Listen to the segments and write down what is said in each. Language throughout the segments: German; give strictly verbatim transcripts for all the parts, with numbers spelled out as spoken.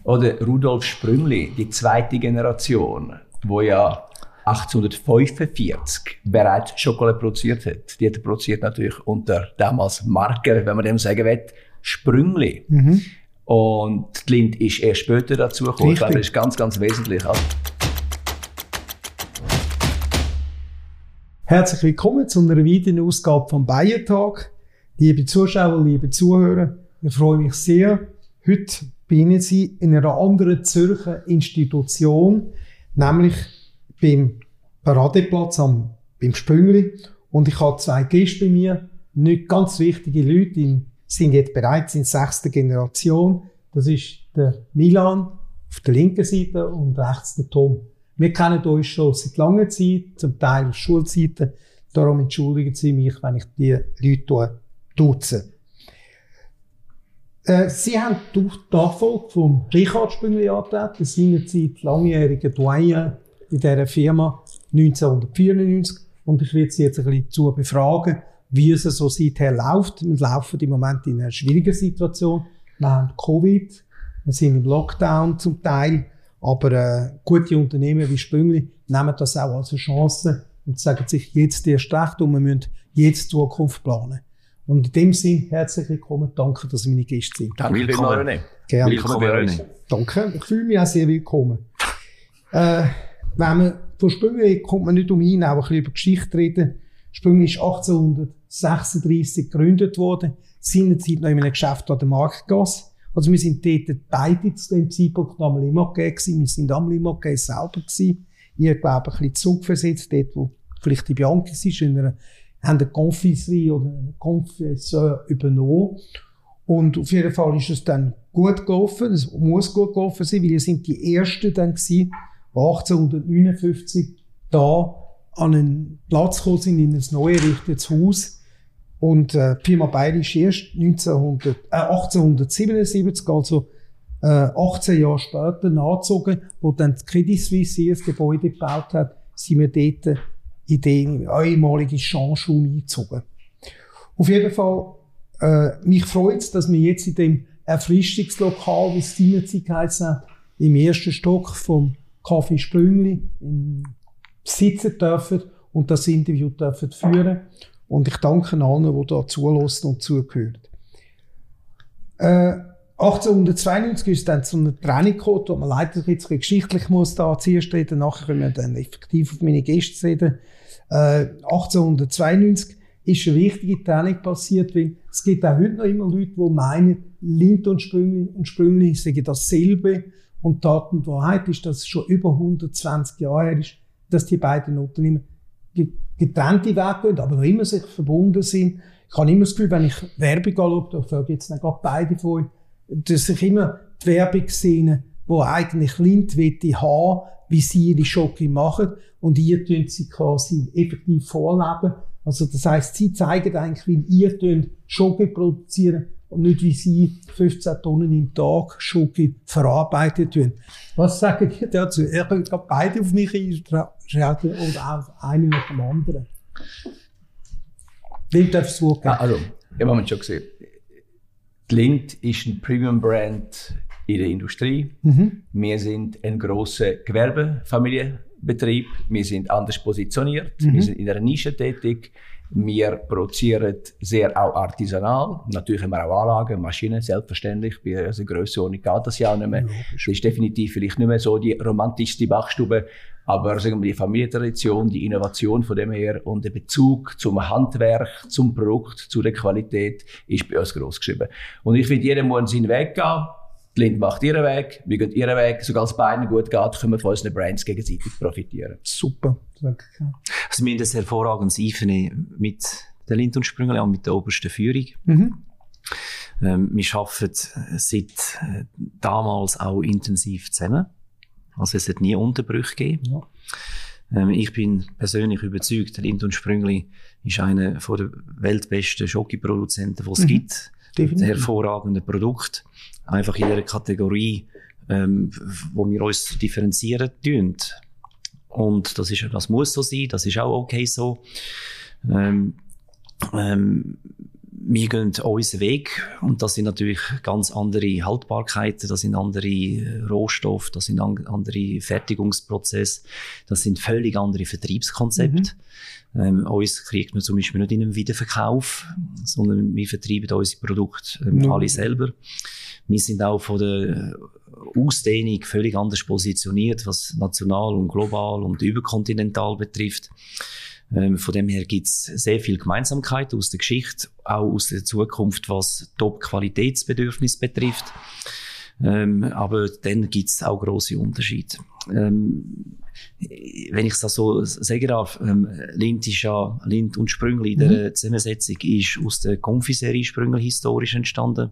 Oder Rudolf Sprüngli, die zweite Generation, wo ja achtzehnhundertfünfundvierzig bereits Schokolade produziert hat. Die hat er produziert natürlich unter damals Marke, wenn man dem sagen will, Sprüngli. Mhm. Und die Lindt ist erst später dazu gekommen. Ich glaube, das ist ganz, ganz wesentlich. Herzlich willkommen zu einer weiteren Ausgabe vom Biotag. Liebe Zuschauer, liebe Zuhörer, ich freue mich sehr. Heute bin ich in einer anderen Zürcher Institution, nämlich beim Paradeplatz am, beim Sprüngli. Und ich habe zwei Gäste bei mir, nicht ganz wichtige Leute, die sind jetzt bereits in sechster Generation. Das ist der Milan auf der linken Seite und rechts der Tom. Wir kennen uns schon seit langer Zeit, zum Teil aus Schulzeiten. Darum entschuldigen Sie mich, wenn ich die Leute duze. Äh, Sie haben die Nachfolge von Richard Sprüngli angetreten, seinerzeit langjähriger Doyen in dieser Firma neunzehnhundertvierundneunzig. Und ich werde Sie jetzt ein bisschen dazu befragen, wie es so seither läuft. Wir laufen im Moment in einer schwierigen Situation. Wir haben Covid, wir sind im Lockdown zum Teil. Aber äh, gute Unternehmen wie Sprüngli nehmen das auch als eine Chance und sagen sich jetzt erst recht und wir müssen jetzt Zukunft planen. Und in dem Sinn, herzlich willkommen. Danke, dass Sie meine Gäste sind. Danke, willkommen, René. Gerne. Willkommen bei uns. Danke, ich fühle mich auch sehr willkommen. äh, wenn man von Sprüngli kommt man nicht umhin, auch ein bisschen über Geschichte reden. Sprüngli ist achtzehnhundertsechsunddreissig gegründet worden, seinerzeit noch in einem Geschäft an der Marktgasse. Also wir sind dort beide zu dem Zeitpunkt am Limagé gewesen. Wir sind am Limagé selber gewesen. Ich glaube, ein bisschen zurückversetzt, dort, wo vielleicht die Bianchis ist, in einer, haben eine Confiserie oder eine Confesseur übernommen. Und auf jeden Fall ist es dann gut gelaufen. Es muss gut gelaufen sein, weil wir sind die Ersten dann gewesen, die achtzehnhundertneunundfünfzig da an einen Platz gekommen sind, in ein neu errichtetes Haus. Und äh, die Firma Bayer ist erst neunzehnhundert, äh, achtzehnhundertsiebenundsiebzig, also äh, achtzehn Jahre später, nachgezogen, wo dann die Credit Suisse hier das Gebäude gebaut hat, sind wir dort in den ehemaligen Jean-Schum eingezogen. Auf jeden Fall, äh, mich freut es, dass wir jetzt in dem Erfrischungslokal, wie es seinerzeit geheißen hat, im ersten Stock vom Café Sprüngli sitzen dürfen und das Interview dürfen führen. Und ich danke allen, die da zulassen und zugehören. Äh, achtzehnhundertzweiundneunzig ist es dann zu einer Trennung gekommen, wo man leider jetzt geschichtlich muss da zuerst reden, nachher können wir dann effektiv auf meine Gäste reden. Äh, achtzehnhundertzweiundneunzig ist eine wichtige Trennung passiert, weil es gibt auch heute noch immer Leute, die meinen, Lindt und Sprüngli, und Sprüngli sagen dasselbe. Und die Tat und Wahrheit ist, dass es schon über hundertzwanzig Jahre her ist, dass die beiden Unternehmen getrennte Wege gehen, aber noch immer sich verbunden sind. Ich habe immer das Gefühl, wenn ich Werbung anschaue, da folgen jetzt nicht gerade beide von euch, dass ich immer die Werbung sehe, die eigentlich Lindt haben, wie sie ihre Schoki machen und ihr tun sie quasi effektiv vorleben. Also das heisst, sie zeigen eigentlich, wie ihr Schoki produzieren und nicht, wie sie fünfzehn Tonnen im Tag Schoki verarbeitet tun. Was sagen ihr dazu? Ihr könnt gerade beide auf mich einschalten oder auf einen nach dem anderen. Wem darf es Wort geben? Ah, also, wir haben schon gesehen. Die Lindt ist ein Premium-Brand in der Industrie. Mhm. Wir sind ein grosser Gewerbefamilienbetrieb. Wir sind anders positioniert. Mhm. Wir sind in einer Nische tätig. Wir produzieren sehr auch artisanal. Natürlich haben wir auch Anlagen, Maschinen, selbstverständlich. Bei unserer Grössenordnung geht das ja auch nicht mehr. Das ist definitiv vielleicht nicht mehr so die romantischste Backstube. Aber sagen wir, die Familientradition, die Innovation von dem her und der Bezug zum Handwerk, zum Produkt, zu der Qualität ist bei uns gross geschrieben. Und ich finde, jeder muss seinen Weg gehen. Die Lindt macht ihren Weg, wir gehen ihren Weg. Sogar es beiden gut geht, können wir von unseren Brands gegenseitig profitieren. Super. Danke. Also wir haben ein hervorragendes Einvernehmen mit der Lindt und Sprüngli und mit der obersten Führung. Mhm. Ähm, wir arbeiten seit äh, damals auch intensiv zusammen. Also es hat nie Unterbrüche gegeben. Ja. Ähm, ich bin persönlich überzeugt, der Lindt und Sprüngli ist einer der weltbesten Schokiproduzenten, die es mhm. gibt. Definitiv. Ein hervorragendes Produkt. Einfach in der Kategorie, ähm, wo wir uns differenzieren tun. Und das ist, das muss so sein, das ist auch okay so. Ähm, ähm, wir gehen unseren Weg und das sind natürlich ganz andere Haltbarkeiten, das sind andere Rohstoffe, das sind andere Fertigungsprozesse, das sind völlig andere Vertriebskonzepte. Mhm. Ähm, uns kriegt man zum Beispiel nicht in einem Wiederverkauf, sondern wir vertreiben unsere Produkte ähm, mhm. alle selber. Wir sind auch von der Ausdehnung völlig anders positioniert, was national und global und überkontinental betrifft. Ähm, von dem her gibt es sehr viel Gemeinsamkeit aus der Geschichte, auch aus der Zukunft, was Top-Qualitätsbedürfnis betrifft. Ähm, aber dann gibt es auch grosse Unterschiede. Ähm, wenn ich es so sagen darf, ähm, Lindt ist ja, Lindt und Sprüngli in der mhm. Zusammensetzung ist aus der Confiserie Sprüngli historisch entstanden.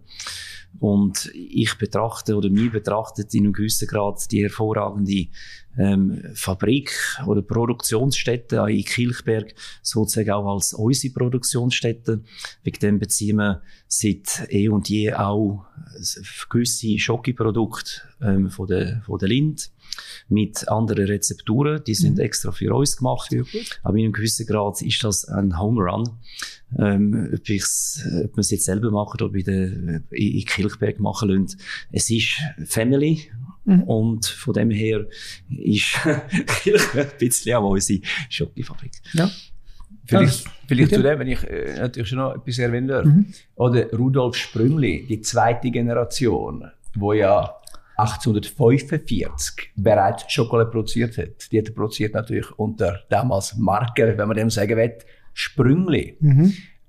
Und ich betrachte, oder wir betrachten in einem gewissen Grad die hervorragende ähm, Fabrik oder Produktionsstätte in Kilchberg sozusagen auch als unsere Produktionsstätte. Wegen dem beziehen wir seit eh und je auch gewisse Schokiprodukte ähm, von der, von der Lindt mit anderen Rezepturen. Die sind mhm. extra für uns gemacht. Aber in einem gewissen Grad ist das ein Home Run. Ähm, ob, ich's, ob wir es jetzt selber machen oder bei der, in Kilchberg machen lassen. Es ist Family. Mhm. Und von dem her ist Kilchberg ein bisschen auch unsere Schokofabrik. Ja. Vielleicht, vielleicht zu dem, wenn ich äh, natürlich schon noch etwas erwähnen darf. Mhm. Oder Rudolf Sprüngli, die zweite Generation, wo ja achtzehnhundertfünfundvierzig bereits Schokolade produziert hat. Die hat er produziert natürlich unter damals Marke, wenn man dem sagen will, Sprüngli. Mhm.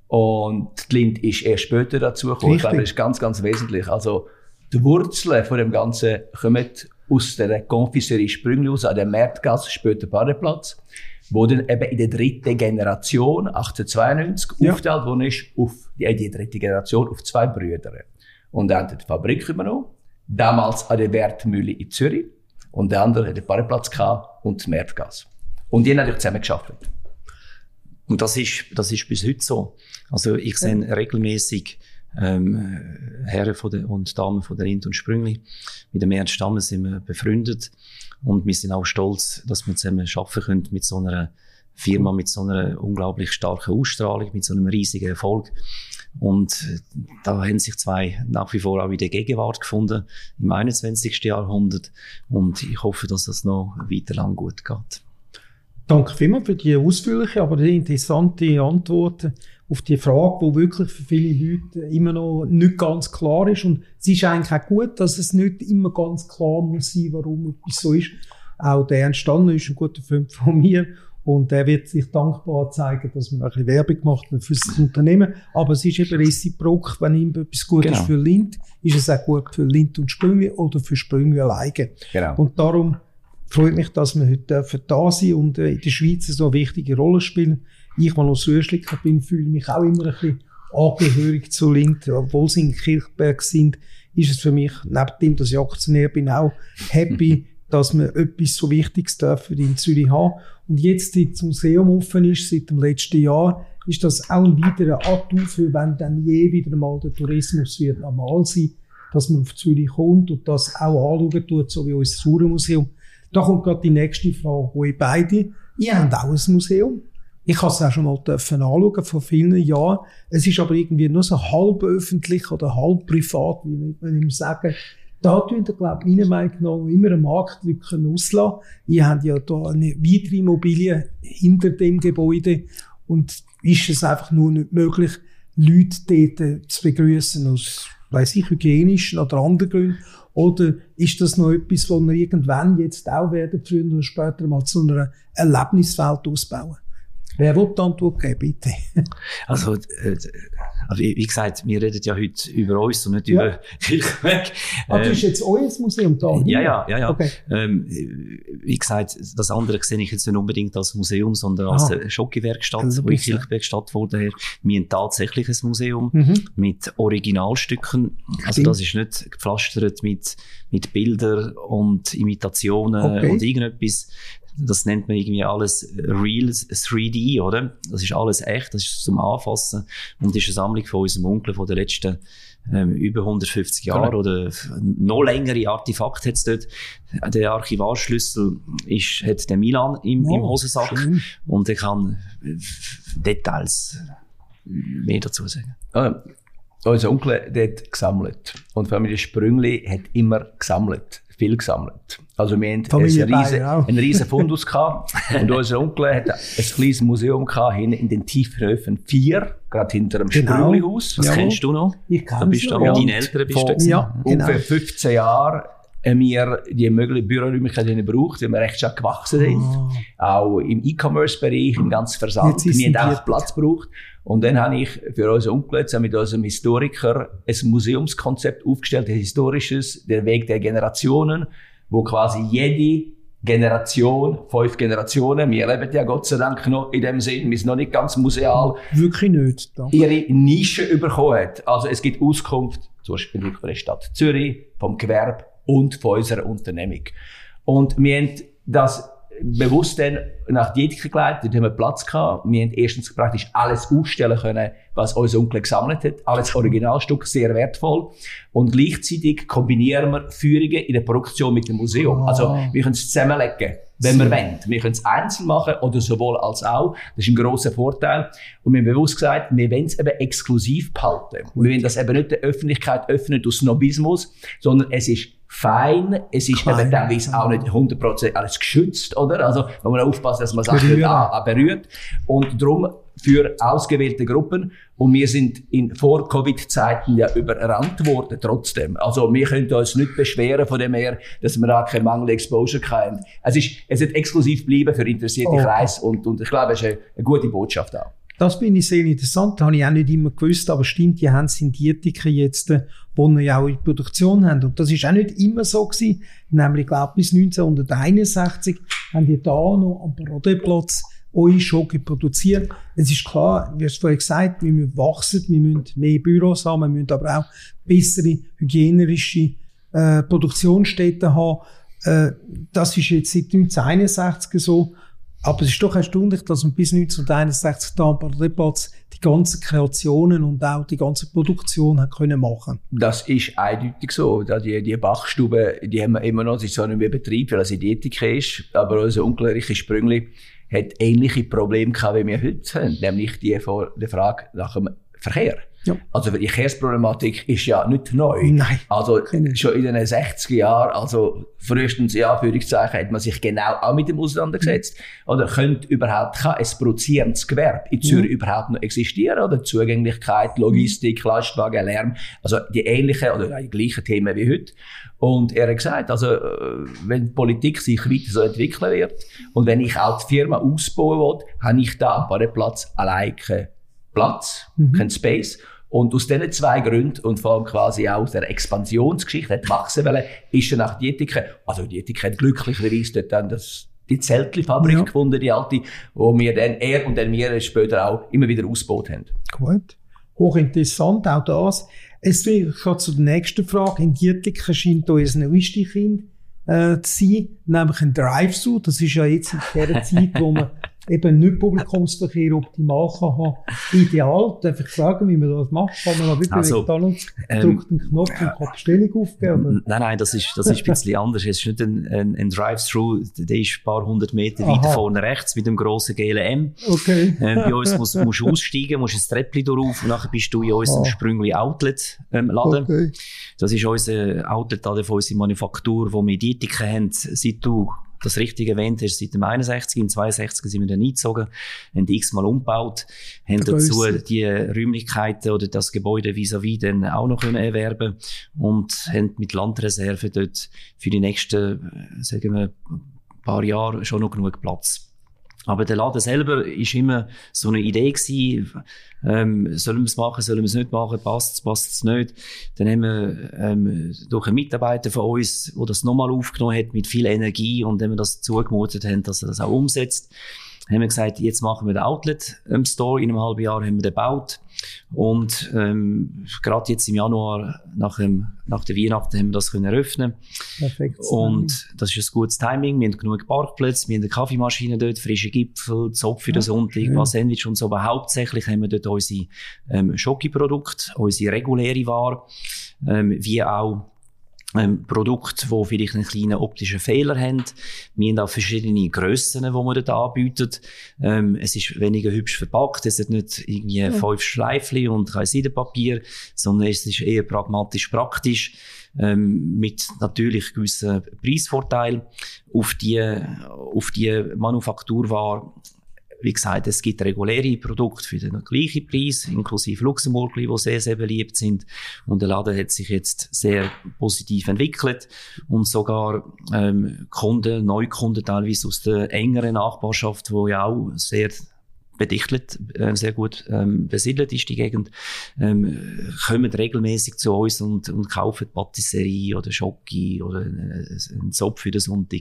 Und die Lindt ist erst später dazu gekommen. Ich glaube, das ist ganz, ganz wesentlich. Also, die Wurzeln von dem Ganzen kommen aus der Confiserie Sprüngli aus, an der Märtgasse, später Badeplatz, wo dann eben in der dritten Generation, achtzehnhundertzweiundneunzig, ja. aufgeteilt worden ist, auf die, die dritte Generation, auf zwei Brüder. Und dann hat die Fabrik übernommen, damals an der Wertmühle in Zürich, und der andere hat den Badeplatz gehabt und die Märtgasse. Und die haben natürlich zusammen gearbeitet. Und das ist, das ist bis heute so. Also ich sehe ja. regelmäßig ähm, Herren von der, und Damen von der Lindt und Sprüngli. Mit dem Ernst Stammer sind wir befreundet und wir sind auch stolz, dass wir zusammen arbeiten können mit so einer Firma, mit so einer unglaublich starken Ausstrahlung, mit so einem riesigen Erfolg. Und da haben sich zwei nach wie vor auch in der Gegenwart gefunden, im einundzwanzigsten Jahrhundert. Und ich hoffe, dass das noch weiter lang gut geht. Danke vielmals für die ausführliche, aber die interessante Antworten auf die Frage, die wirklich für viele Leute immer noch nicht ganz klar ist. Und es ist eigentlich auch gut, dass es nicht immer ganz klar muss sein, warum etwas so ist. Auch der Ernst Stanner ist ein guter Freund von mir und er wird sich dankbar zeigen, dass man ein bisschen Werbung gemacht hat für das Unternehmen. Aber es ist eben reziprok, wenn ihm etwas gut genau. ist für Lindt, ist es auch gut für Lindt und Sprüngli oder für Sprüngli alleine. Genau. Und darum freut mich, dass wir heute da sind und in der Schweiz so eine wichtige Rolle spielen. Ich, der aus Röschliken bin, fühle mich auch immer ein bisschen angehörig zu Lindt. Obwohl sie in Kilchberg sind, ist es für mich, neben dem, dass ich Aktionär bin, auch happy, dass wir etwas so Wichtiges dürfen in Zürich haben. Und jetzt, seit das Museum offen ist, seit dem letzten Jahr, ist das auch ein weiterer Atout, wenn dann je wieder mal der Tourismus wird normal sein, dass man auf Zürich kommt und das auch anschauen tut, so wie unser Saurenmuseum. Da kommt gerade die nächste Frage, wo ihr beide, ihr habt auch ein Museum. Ich habe es auch schon mal anschauen, vor vielen Jahren. Es ist aber irgendwie nur so halb öffentlich oder halb privat, wie man ihm sagen. Da tun ihr, glaube ich, meiner Meinung nach immer eine Marktlücke auslassen. Ihr habt ja da eine weitere Immobilie hinter dem Gebäude und ist es einfach nur nicht möglich, Leute dort zu begrüßen aus, weiss ich, hygienischen oder anderen Gründen. Oder ist das noch etwas, was wir irgendwann jetzt auch werden, früher oder später mal zu einer Erlebniswelt ausbauen? Wer will die Antwort geben, bitte? Also, äh, wie gesagt, wir reden ja heute über uns und nicht ja. über Kilchberg. Aber das ist jetzt euer Museum da? Ja, ja, ja, ja. Okay. Ähm, wie gesagt, das andere sehe ich jetzt nicht unbedingt als Museum, sondern als eine Schokiwerkstatt, also, wo in Kilchberg stattgefunden hat. Wir haben tatsächlich ein Museum mhm. mit Originalstücken. Also das ist nicht gepflastert mit, mit Bildern und Imitationen okay. und irgendetwas. Das nennt man irgendwie alles Real drei D, oder? Das ist alles echt, das ist zum Anfassen und ist eine Sammlung von unserem Onkel von den letzten ähm, über hundertfünfzig Jahren genau. oder noch längere Artefakte hat's dort. Der Archivarschlüssel ist, hat der Milan im, oh, im Hosensack schön. Und er kann Details mehr dazu sagen. Ah, unser Onkel der hat gesammelt. Und die Familie Sprüngli hat immer gesammelt. Viel gesammelt. Also wir hatten einen riesen, einen riesen Fundus gehabt. Und unser Onkel hat ein kleines Museum gehabt, hinten in den Tiefenhöfen vier, gerade hinter dem genau. Sprüngli-Haus. Das ja. kennst du noch? Ich kann da bist du, mit deinen Eltern bist du ja, genau. Ungefähr fünfzehn Jahren haben wir die möglichen Büroräumlichkeiten gebraucht, weil wir recht schon gewachsen sind. Oh. Auch im E-Commerce-Bereich, im ganzen Versand. Wir haben auch Platz gebraucht. Und dann habe ich für unseren Onkel mit unserem Historiker ein Museumskonzept aufgestellt, ein historisches, der Weg der Generationen, wo quasi jede Generation, fünf Generationen, wir leben ja Gott sei Dank noch in dem Sinn, wir sind noch nicht ganz museal, wirklich nicht, da. ihre Nische bekommen hat. Also es gibt Auskunft, zum Beispiel von der Stadt Zürich, vom Gewerbe und von unserer Unternehmung. Und wir haben das bewusst dann nach die Ethik geleitet, dort haben wir Platz gehabt. Wir haben erstens praktisch alles ausstellen können, was unser Onkel gesammelt hat. Alles Originalstück, sehr wertvoll. Und gleichzeitig kombinieren wir Führungen in der Produktion mit dem Museum. Oh. Also, wir können es zusammenlegen, wenn wir wollen. Wir können es einzeln machen oder sowohl als auch. Das ist ein grosser Vorteil. Und wir haben bewusst gesagt, wir wollen es eben exklusiv behalten. Wir wollen das eben nicht der Öffentlichkeit öffnen durch Snobismus, sondern es ist fein, es ist Klein, eben teilweise auch nicht hundert Prozent alles geschützt, oder? Also, man muss aufpassen, dass man Sachen nicht an, berührt. Und darum für ausgewählte Gruppen. Und wir sind in Vor-Covid-Zeiten ja überrannt worden, trotzdem. Also, wir können uns nicht beschweren von dem her, dass wir da keine Mangel-Exposure haben. Es ist, es wird exklusiv bleiben für interessierte okay. Kreise. Und, und ich glaube, es ist eine, eine gute Botschaft auch. Das finde ich sehr interessant. Das habe ich auch nicht immer gewusst. Aber stimmt, die haben sind die Ethik jetzt, die wir ja auch in Produktion haben. Und das ist auch nicht immer so gewesen. Nämlich, glaube ich, bis neunzehnhunderteinundsechzig haben die da noch am Paradeplatz eure Schoki produziert. Es ist klar, wie hast du vorhin gesagt, wir müssen wachsen, wir müssen mehr Büros haben, wir müssen aber auch bessere hygienische äh, Produktionsstätten haben. Äh, das ist jetzt seit neunzehnhunderteinundsechzig so. Aber es ist doch erstaunlich, dass man bis neunzehnhunderteinundsechzig da am Paradeplatz die ganzen Kreationen und auch die ganze Produktion hat können machen. Das ist eindeutig so. Die, die Bachstube, die haben wir immer noch, das ist zwar nicht mehr Betrieb, weil es in die Ethik ist, aber unser Onkel Richard Sprüngli hat ähnliche Probleme gehabt, wie wir heute haben, nämlich die von der Frage nach dem Verkehr. Ja. Also die Verkehrsproblematik ist ja nicht neu. Nein. Also schon in den sechziger Jahren, also frühestens in Anführungszeichen, hat man sich genau auch mit dem auseinandergesetzt. Mhm. Oder könnte überhaupt, kann ein produzierendes Gewerbe in Zürich mhm. überhaupt noch existieren? Oder Zugänglichkeit, Logistik, Lastwagen, Lärm, also die ähnlichen oder die gleichen Themen wie heute. Und er hat gesagt, also wenn die Politik sich weiter so entwickeln wird und wenn ich auch die Firma ausbauen will, habe ich da am Parkplatz allein keinen Platz, mhm. keinen Space. Und aus diesen zwei Gründen und vor allem quasi auch aus der Expansionsgeschichte, hat wachsen wollen, ist dann auch die Ethik, also die Ethik hat glücklicherweise dort dann das, die Zeltli-Fabrik ja. gefunden, die alte, wo wir dann, er und dann wir später auch immer wieder ausgebaut haben. Gut. Hochinteressant, auch das. Es geht zu der nächsten Frage. In die Ethik scheint uns ein neuestes Kind äh, zu sein, nämlich ein Drive-Thru. Das ist ja jetzt in der Zeit, wo man eben nicht Publikumsverkehr optimal kann haben. Ideal, darf ich fragen, wie man das macht? Kann man da wirklich also, McDonald's ähm, drückt den Knopf und kann Bestellung aufgeben? Nein, nein, das ist, das ist ein bisschen anders. Es ist nicht ein, ein, ein Drive-Thru, der ist ein paar hundert Meter weiter vorne rechts mit dem grossen gelben M. Okay. Ähm, bei uns musst, musst du aussteigen, musst ein Treppli drauf und nachher bist du in unserem ah. Sprüngli Outlet ähm, Laden. Okay. Das ist unser Outlet-Laden von unserer Manufaktur, wo wir die Ethik haben, seit du das richtige Event hast seit dem einundsechzig, im zweiundsechzig sind wir dann eingezogen, haben x-mal umgebaut, haben dazu die Räumlichkeiten oder das Gebäude vis-à-vis dann auch noch können erwerben und haben mit Landreserven dort für die nächsten, sagen wir, paar Jahre schon noch genug Platz. Aber der Laden selber ist immer so eine Idee gewesen, ähm, sollen wir es machen, sollen wir es nicht machen, passt es, passt es nicht. Dann haben wir ähm, durch einen Mitarbeiter von uns, der das nochmal aufgenommen hat mit viel Energie und wenn wir das zugemutet haben, dass er das auch umsetzt, haben wir gesagt, jetzt machen wir den Outlet-Store, in einem halben Jahr haben wir den gebaut und ähm, gerade jetzt im Januar nach, dem, nach der Weihnachten haben wir das können eröffnen. Perfekt. Und das ist ein gutes Timing, wir haben genug Parkplätze, wir haben eine Kaffeemaschine dort, frische Gipfel, Zopf für den Sonntag, ja, ein Sandwich und so, aber hauptsächlich haben wir dort unsere ähm, Schoki-Produkte, unsere reguläre Ware, ähm, wie auch ähm, Produkte, die vielleicht einen kleinen optischen Fehler haben. Wir haben auch verschiedene Grössen, die man dort anbietet. Ähm, es ist weniger hübsch verpackt. Es hat nicht irgendwie ja. fünf Schleifchen und kein Seidenpapier, sondern es ist eher pragmatisch praktisch. Ähm, mit natürlich gewissen Preisvorteilen auf die, auf die Manufakturware. Wie gesagt, es gibt reguläre Produkte für den gleichen Preis, inklusive Luxemburgli, die sehr, sehr beliebt sind. Und der Laden hat sich jetzt sehr positiv entwickelt. Und sogar ähm, Kunden, Neukunden teilweise aus der engeren Nachbarschaft, wo ja auch sehr bedichtet, äh, sehr gut ähm, besiedelt ist, die Gegend, ähm, kommen regelmäßig zu uns und, und kaufen Patisserie oder Schoki oder einen, einen Zopf für den Sonntag.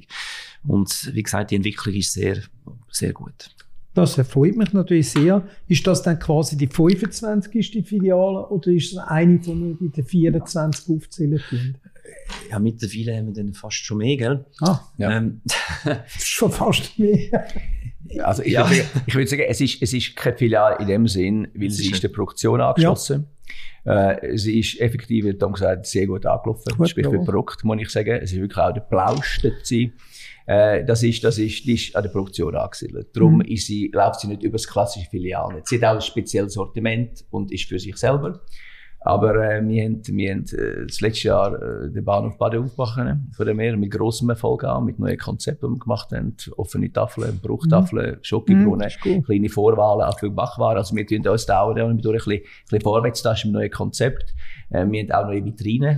Und wie gesagt, die Entwicklung ist sehr, sehr gut. Das erfreut mich natürlich sehr. Ist das dann quasi die fünfundzwanzigste Filiale oder ist es eine von den vierundzwanzig aufzählen können? Ja, mittlerweile haben wir dann fast schon mehr, gell? Ah, ja. Ähm, schon fast mehr. Also ich, ja. würde sagen, ich würde sagen, es ist, es ist keine Filiale in dem Sinn, weil sie ist der Produktion angeschlossen. Ja. Äh, sie ist effektiv, wie Tom gesagt hat, sehr gut angelaufen. Gut, sprich, für das Produkt, muss ich sagen. Es ist wirklich auch der blauste gewesen. Äh, das ist, das ist, die ist an der Produktion angesiedelt. Darum mhm. ist sie, läuft sie nicht über das klassische Filiale. Sie hat auch ein spezielles Sortiment und ist für sich selber. Aber äh, wir haben, wir haben äh, das letzte Jahr äh, den Bahnhof Baden aufgemacht können, von dem her mit grossem Erfolg an, mit neuen Konzepten, die wir gemacht haben. Offene Tafeln, Bruchtafeln, mhm. Schokobrunnen, mhm, kleine Vorwahlen, auch für Backwaren. Also wir tun uns da auch durch ein bisschen, ein bisschen vorwärts mit neuen Konzepten. Äh, wir haben auch neue Vitrinen.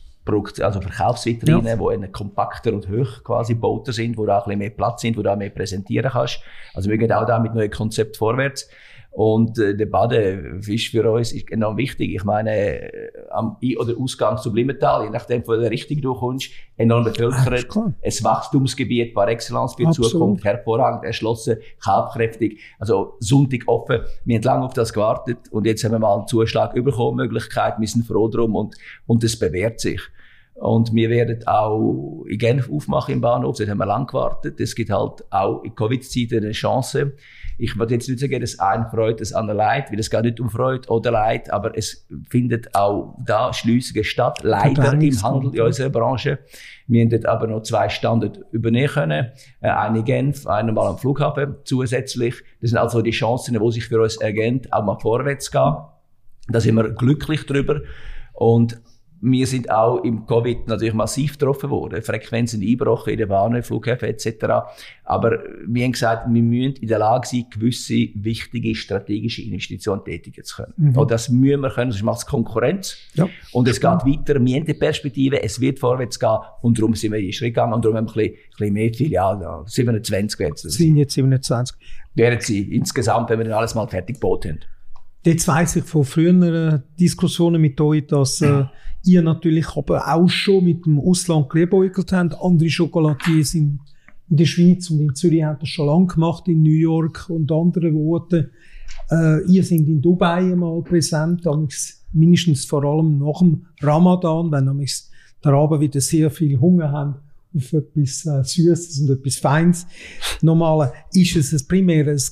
Also Verkaufsvitrinen, ja. die kompakter und hoch quasi gebaut sind, wo da ein bisschen mehr Platz sind, wo du auch mehr präsentieren kannst. Also wir gehen auch da mit neuen Konzepten vorwärts. Und äh, der Baden ist für uns enorm wichtig. Ich meine, äh, am I- oder Ausgang zum Limmental, je nachdem, wo du richtig durchkommst, enorm bevölkert. Ein Wachstumsgebiet par excellence für die Zukunft, hervorragend erschlossen, kaufkräftig. Also Sonntag offen. Wir haben lange auf das gewartet und jetzt haben wir mal einen Zuschlag bekommen, Möglichkeit. Wir sind froh drum und, und das bewährt sich. Und wir werden auch in Genf aufmachen im Bahnhof. Dort haben wir lang gewartet. Es gibt halt auch in Covid-Zeiten eine Chance. Ich würde jetzt nicht sagen, dass ein freut, das andere leid, weil es geht nicht um Freude oder Leid, aber es findet auch da Schliessungen statt, leider im Handel in unserer Branche. Wir haben dort aber noch zwei Standorte übernehmen können. Eine in Genf, eine mal am Flughafen zusätzlich. Das sind also die Chancen, die sich für uns ergeben, auch mal vorwärts gehen. Da sind wir glücklich drüber. Und wir sind auch im Covid natürlich massiv getroffen worden. Frequenzen eingebrochen in den Bahnen, Flughäfen et cetera. Aber wir haben gesagt, wir müssen in der Lage sein, gewisse wichtige strategische Investitionen tätigen zu können. Mhm. Und das müssen wir können, sonst macht es Konkurrenz. Ja. Und es geht weiter. Wir haben die Perspektive, es wird vorwärts gehen. Und darum sind wir in den Schritt gegangen. Und darum haben wir ein bisschen, ein bisschen mehr Filialen. siebenundzwanzig werden es. Sind jetzt siebenundzwanzig. Werden sie insgesamt, wenn wir dann alles mal fertig gebaut haben. Jetzt weiss ich von früheren Diskussionen mit euch, dass äh, ihr natürlich aber auch schon mit dem Ausland geliebäugelt habt. Andere Chocolatiers sind in der Schweiz und in Zürich haben das schon lange gemacht, in New York und anderen Orten. Äh, ihr seid in Dubai einmal präsent, mindestens vor allem nach dem Ramadan, wenn der Abend wieder sehr viel Hunger haben auf etwas äh, Süßes und etwas Feines. Normal ist es ein primäres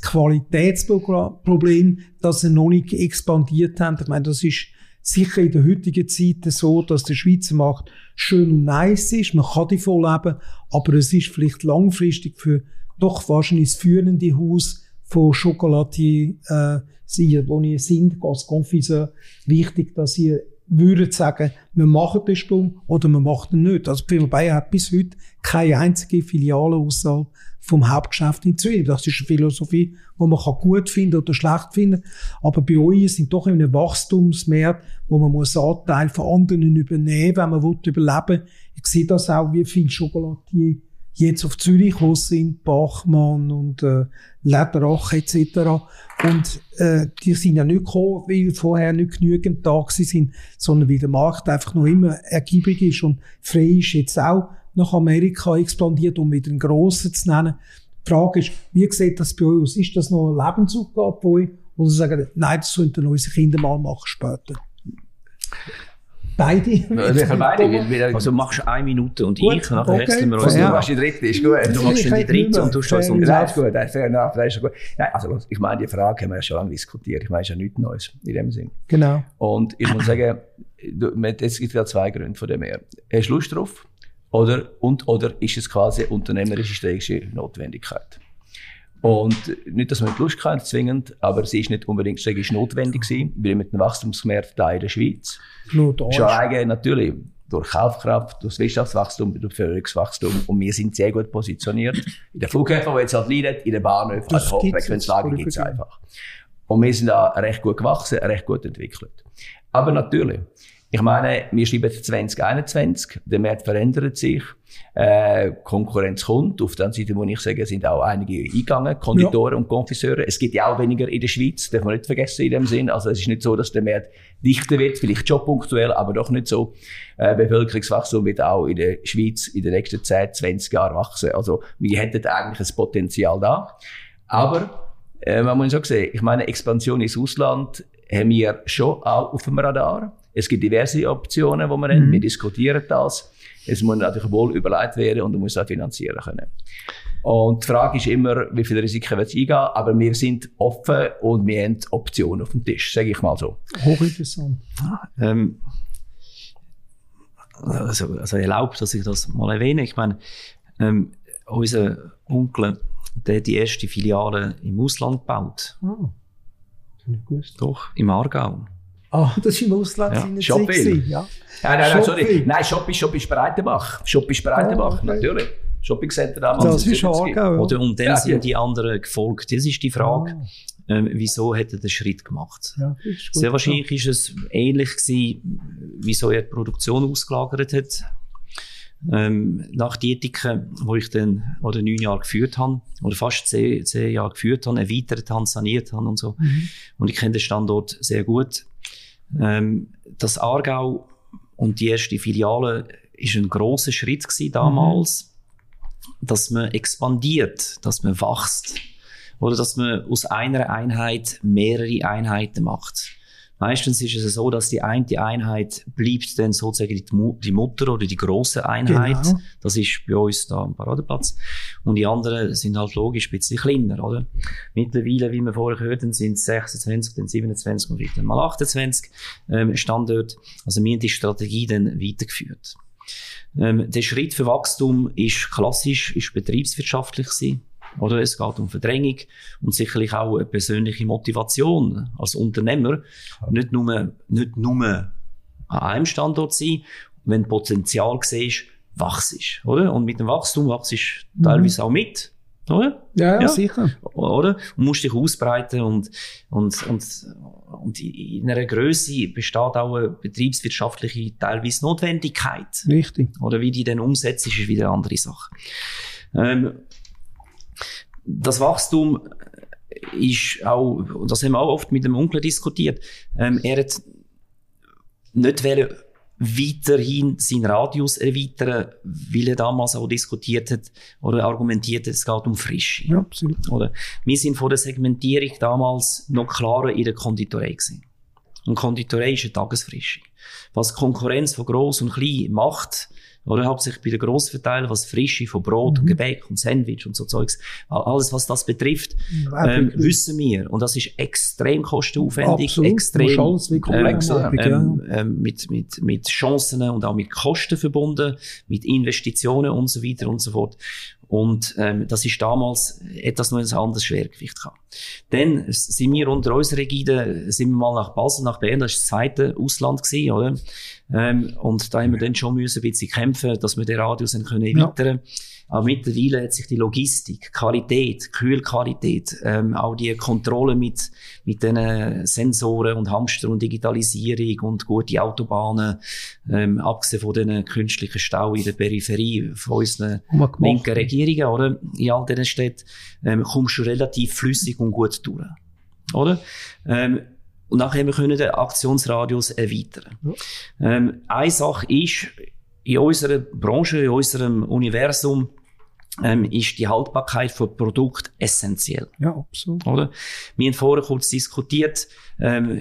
Qualitätsproblem, dass sie noch nicht expandiert haben. Ich meine, das ist sicher in der heutigen Zeit so, dass der Schweizer Markt schön und nice ist. Man kann die voll leben, aber es ist vielleicht langfristig für doch wahrscheinlich das führende Haus von Chocolatier, äh, Sie, wo ihr sind, als Confiseur, wichtig, dass ihr würden sagen, wir machen den Sprung oder wir machen ihn nicht. Also die Firma Bayer hat bis heute keine einzige Filiale außerhalb vom Hauptgeschäft in Zürich. Das ist eine Philosophie, die man gut finden oder schlecht finden. Aber bei euch sind doch in einem Wachstumsmarkt, wo man muss Anteil von anderen übernehmen, wenn man überleben will. Ich sehe das auch, wie viele Chocolatier jetzt auf Zürich gekommen sind, Bachmann und äh, Lederach et cetera. Und äh, die sind ja nicht gekommen, weil vorher nicht genügend da sind, sondern weil der Markt einfach noch immer ergiebig ist und frei ist. Jetzt auch nach Amerika expandiert, um wieder einen grossen zu nennen. Die Frage ist, wie sieht das bei euch aus? Ist das noch eine Lebensaufgabe bei euch? Oder sagen, nein, das sollten unsere Kinder mal machen später? Beide? Ja, beide. Also machst du eine Minute und gut, ich, nachher okay. wechseln wir uns. Also, du machst die dritte, ist gut. Du machst die dritte und du stehst uns Das ist gut, fair enough, das ist gut. Nein, also, ich meine, die Frage haben wir ja schon lange diskutiert. Ich meine, es ist ja nichts Neues in dem Sinn. Genau. Und ich muss sagen, es gibt ja zwei Gründe von dem her. Hast du Lust drauf? Oder, und, oder ist es quasi eine unternehmerische, strategische Notwendigkeit? Und nicht, dass man nicht Lust kann, zwingend, aber sie ist nicht unbedingt strategisch notwendig gewesen, weil mit dem Wachstumsmarkt da in der Schweiz schon eigentlich natürlich durch Kaufkraft, durch das Wirtschaftswachstum, durch Bevölkerungswachstum, und wir sind sehr gut positioniert. In den Flughäfen, wo jetzt halt leiden, in den Bahnhöfen, also Hochfrequenzlagen gibt es einfach. Und wir sind da recht gut gewachsen, recht gut entwickelt. Aber natürlich, ich meine, wir schreiben zwanzig einundzwanzig, der Markt verändert sich, äh, Konkurrenz kommt. Auf der anderen Seite muss ich sagen, sind auch einige eingegangen, Konditoren ja. und Konfiseure. Es gibt ja auch weniger in der Schweiz, darf man nicht vergessen in dem Sinn. Also es ist nicht so, dass der Markt dichter wird, vielleicht schon punktuell, aber doch nicht so. Äh, Bevölkerungswachstum wird auch in der Schweiz in den nächsten zehn, zwanzig Jahren wachsen. Also wir hätten eigentlich ein Potenzial da. Aber äh, man muss auch sehen, ich meine, Expansion ins Ausland haben wir schon auch auf dem Radar. Es gibt diverse Optionen, die wir haben. Mhm. Wir diskutieren das. Es muss natürlich wohl überlegt werden und man muss auch finanzieren können. Und die Frage ist immer, wie viele Risiken wir eingehen, aber wir sind offen und wir haben Optionen auf dem Tisch, sage ich mal so. Hochinteressant. Ähm, also, also erlaubt, dass ich das mal erwähne. Ich meine, ähm, unser Onkel, der die erste Filiale im Ausland baut. Ah, das nicht gewusst. Doch, im Aargau. Ah, das ist im Ausland ja. Shopping. Ja. Nein, nein, nein, sorry. Nein, Shop ist, Shop ist Breitenbach. Shop ist Breitenbach, oh, okay. Natürlich. Shopping Center damals. Das ist Aargau, ja. Oder, und dann ja, sind ja. die anderen gefolgt. Das ist die Frage, ah. ähm, wieso hat er den Schritt gemacht? Ja, ist gut, sehr wahrscheinlich ja. ist es ähnlich gewesen, wieso er die Produktion ausgelagert hat. Ähm, nach Dietiken, wo ich dann oder neun Jahre geführt habe, oder fast zehn, zehn Jahre geführt habe, erweitert habe, saniert habe und so. Mhm. Und ich kenne den Standort sehr gut. Ähm, das Aargau und die erste Filiale ist ein grosser Schritt gewesen damals, mhm. dass man expandiert, dass man wächst. Oder dass man aus einer Einheit mehrere Einheiten macht. Meistens ist es so, dass die eine Einheit bleibt dann sozusagen die, Mu- die Mutter oder die grosse Einheit. Genau. Das ist bei uns da am Paradeplatz. Und die anderen sind halt logisch ein bisschen kleiner, oder? Mittlerweile, wie wir vorher hörten, sind es sechsundzwanzig, dann siebenundzwanzig und vielleicht mal achtundzwanzig ähm, Standorte. Also wir haben die Strategie dann weitergeführt. Ähm, der Schritt für Wachstum ist klassisch, ist betriebswirtschaftlich gewesen. Oder es geht um Verdrängung und sicherlich auch eine persönliche Motivation als Unternehmer. Ja. Nicht nur, nicht nur an einem Standort sein, wenn Potenzial siehst, wachst, oder? Und mit dem Wachstum wachst du mhm. teilweise auch mit, oder? Ja, ja, ja, sicher. Oder? Und musst dich ausbreiten und, und, und, und in einer Grösse besteht auch eine betriebswirtschaftliche teilweise Notwendigkeit. Richtig. Oder wie die dann umsetzt, ist wieder eine andere Sache. Ähm, Das Wachstum ist auch, und das haben wir auch oft mit dem Onkel diskutiert, ähm, er hat nicht wollen weiterhin seinen Radius erweitern, weil er damals auch diskutiert hat oder argumentiert hat, es geht um Frische. Ja, absolut. Oder? Wir sind von der Segmentierung damals noch klarer in der Konditorei gewesen. Und Konditorei ist eine Tagesfrische. Was Konkurrenz von Gross und Klein macht, oder hauptsächlich bei den Grossverteilern, was Frische von Brot mhm. und Gebäck und Sandwich und so Zeugs, alles was das betrifft, ähm, wissen wir. Und das ist extrem kostenaufwendig, Absolut. extrem komplex, ähm, ähm, ähm, mit, mit, mit Chancen und auch mit Kosten verbunden, mit Investitionen und so weiter und so fort. Und ähm, das ist damals etwas noch ein anderes Schwergewicht gehabt. Dann sind wir unter unserer Ägide, sind wir mal nach Basel, nach Bern, das war das zweite Ausland gewesen, oder? Ähm, und da haben wir dann schon müssen ein bisschen kämpfen, dass wir den Radius können erweitern. Ja. Aber mittlerweile hat sich die Logistik, Qualität, Kühlqualität, ähm, auch die Kontrolle mit, mit den Sensoren und Hamster und Digitalisierung und gute Autobahnen, ähm, abgesehen von den künstlichen Stau in der Peripherie von unseren linken Regierungen, oder? In all diesen Städten, ähm, kommst du relativ flüssig und gut durch. Oder? Ähm, und nachher können wir den Aktionsradius erweitern. Ja. Ähm, eine Sache ist, in unserer Branche, in unserem Universum, ähm, ist die Haltbarkeit von Produkten essentiell. Ja, absolut. Oder? Wir haben vorher kurz diskutiert, ähm,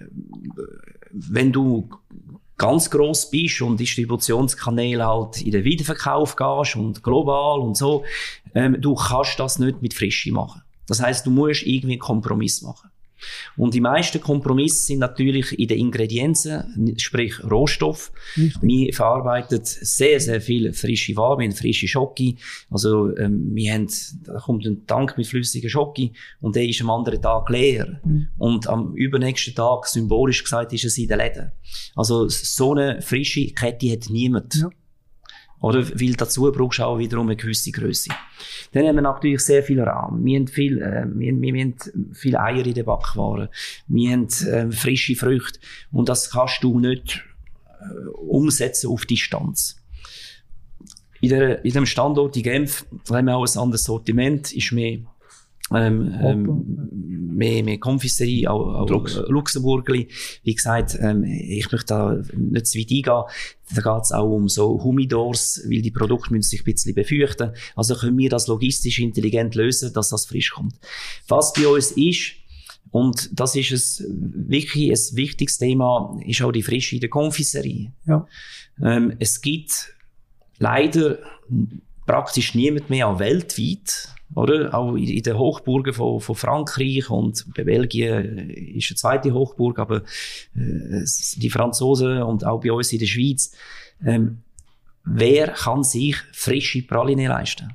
wenn du ganz gross bist und Distributionskanäle halt in den Wiederverkauf gehst und global und so, ähm, du kannst das nicht mit Frische machen. Das heisst, du musst irgendwie einen Kompromiss machen. Und die meisten Kompromisse sind natürlich in den Ingredienzen, sprich Rohstoff. Richtig. Wir verarbeiten sehr, sehr viel frische Ware, wir haben frische Schoki. Also, ähm, wir haben, da kommt ein Tank mit flüssiger Schoki und der ist am anderen Tag leer. Mhm. Und am übernächsten Tag, symbolisch gesagt, ist es in den Läden. Also, so eine frische Kette hat niemand. Ja. Oder? Weil dazu brauchst du auch wiederum eine gewisse Grösse. Dann haben wir natürlich sehr viel Rahm. Wir haben viel, äh, wir, wir, wir haben viele Eier in der Backware. Wir haben äh, frische Früchte. Und das kannst du nicht äh, umsetzen auf Distanz. In, der, in dem Standort in Genf haben wir auch ein anderes Sortiment, ist mehr Ähm, ähm, mehr, mehr Konfiserie, auch, auch Lux. Luxemburgli. Wie gesagt, ähm, ich möchte da nicht zu weit eingehen. Da geht es auch um so Humidors, weil die Produkte müssen sich ein bisschen befeuchten. Also können wir das logistisch intelligent lösen, dass das frisch kommt. Was bei uns ist, und das ist es wirklich ein wichtiges Thema, ist auch die Frische in der Konfiserie. Ja. Ähm, es gibt leider praktisch niemand mehr auch weltweit, oder? Auch in den Hochburgen von, von Frankreich und bei Belgien ist eine zweite Hochburg, aber äh, die Franzosen und auch bei uns in der Schweiz. Ähm, wer kann sich frische Praline leisten?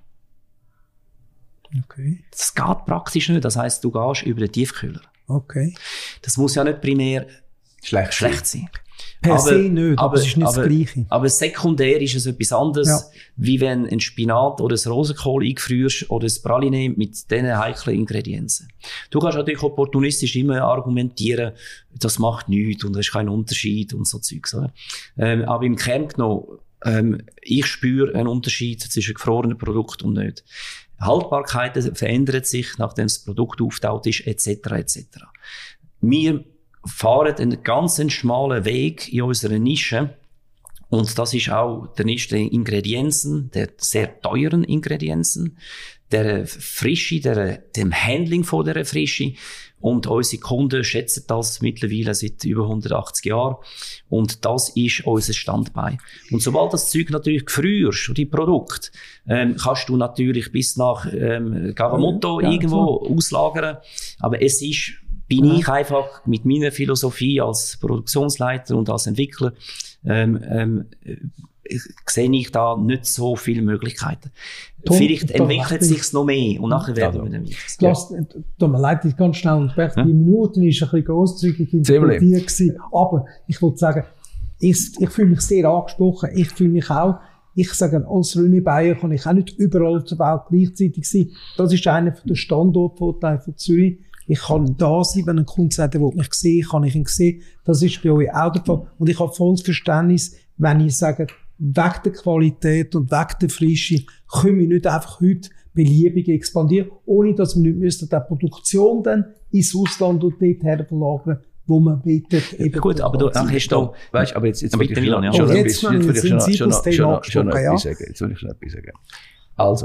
Okay. Das geht praktisch nicht. Das heisst, du gehst über den Tiefkühler. Okay. Das muss ja nicht primär schlecht, schlecht sein. Per aber, se nicht, aber, aber es ist nicht aber, das Gleiche. Aber sekundär ist es etwas anderes, Ja. wie wenn ein Spinat oder ein Rosenkohl eingefrierst oder ein Praline mit diesen heiklen Ingredienzen. Du kannst natürlich opportunistisch immer argumentieren, das macht nichts und es ist kein Unterschied und so Zeugs. Oder? Ähm, aber im Kern genommen, ähm, ich spüre einen Unterschied zwischen gefrorenen Produkten und nicht. Haltbarkeiten verändern sich, nachdem das Produkt auftaut ist, et cetera et cetera. Wir fahren einen ganz schmalen Weg in unserer Nische. Und das ist auch der Nische der Ingredienzen, der sehr teuren Ingredienzen, der Frische, der, dem Handling von der Frische. Und unsere Kunden schätzen das mittlerweile seit über hundertachtzig Jahren. Und das ist unser Standbein. Und sobald das Zeug natürlich gefrierst, die Produkte, ähm, kannst du natürlich bis nach ähm, Gavamoto ja, irgendwo klar. auslagern. Aber es ist bin ja. ich einfach mit meiner Philosophie als Produktionsleiter und als Entwickler, ähm, ähm, sehe ich da nicht so viele Möglichkeiten. Tom, Vielleicht entwickelt es sich noch mehr und nachher werden wir dann weiter. Tut mir leid, ich ganz schnell unterbrechen. Ja? Die Minuten ist ein bisschen grosszügig interpretiert gewesen. Aber ich wollte sagen, ich, ich fühle mich sehr angesprochen. Ich fühle mich auch, ich sage, als René Bayer kann ich auch nicht überall auf der Welt gleichzeitig sein. Das ist einer der Standortvorteile von Zürich. Ich kann da sein, wenn ein Kunde sagt, er will mich sehen, kann ich ihn sehen. Das ist bei euch auch der Fall. Und ich habe volles Verständnis, wenn ich sage, wegen der Qualität und wegen der Frische können wir nicht einfach heute beliebig expandieren, ohne dass wir nicht müssen, die Produktion dann ins Ausland und dort her verlagern, wo man bietet. Ja, gut, aber du hast da, weißt, aber jetzt, jetzt will ich schon, schon, ja. schon, oh, ein jetzt bisschen, jetzt will ich schon, schon, schon, schon noch ja. etwas sagen. Jetzt will ich schon etwas sagen. Also,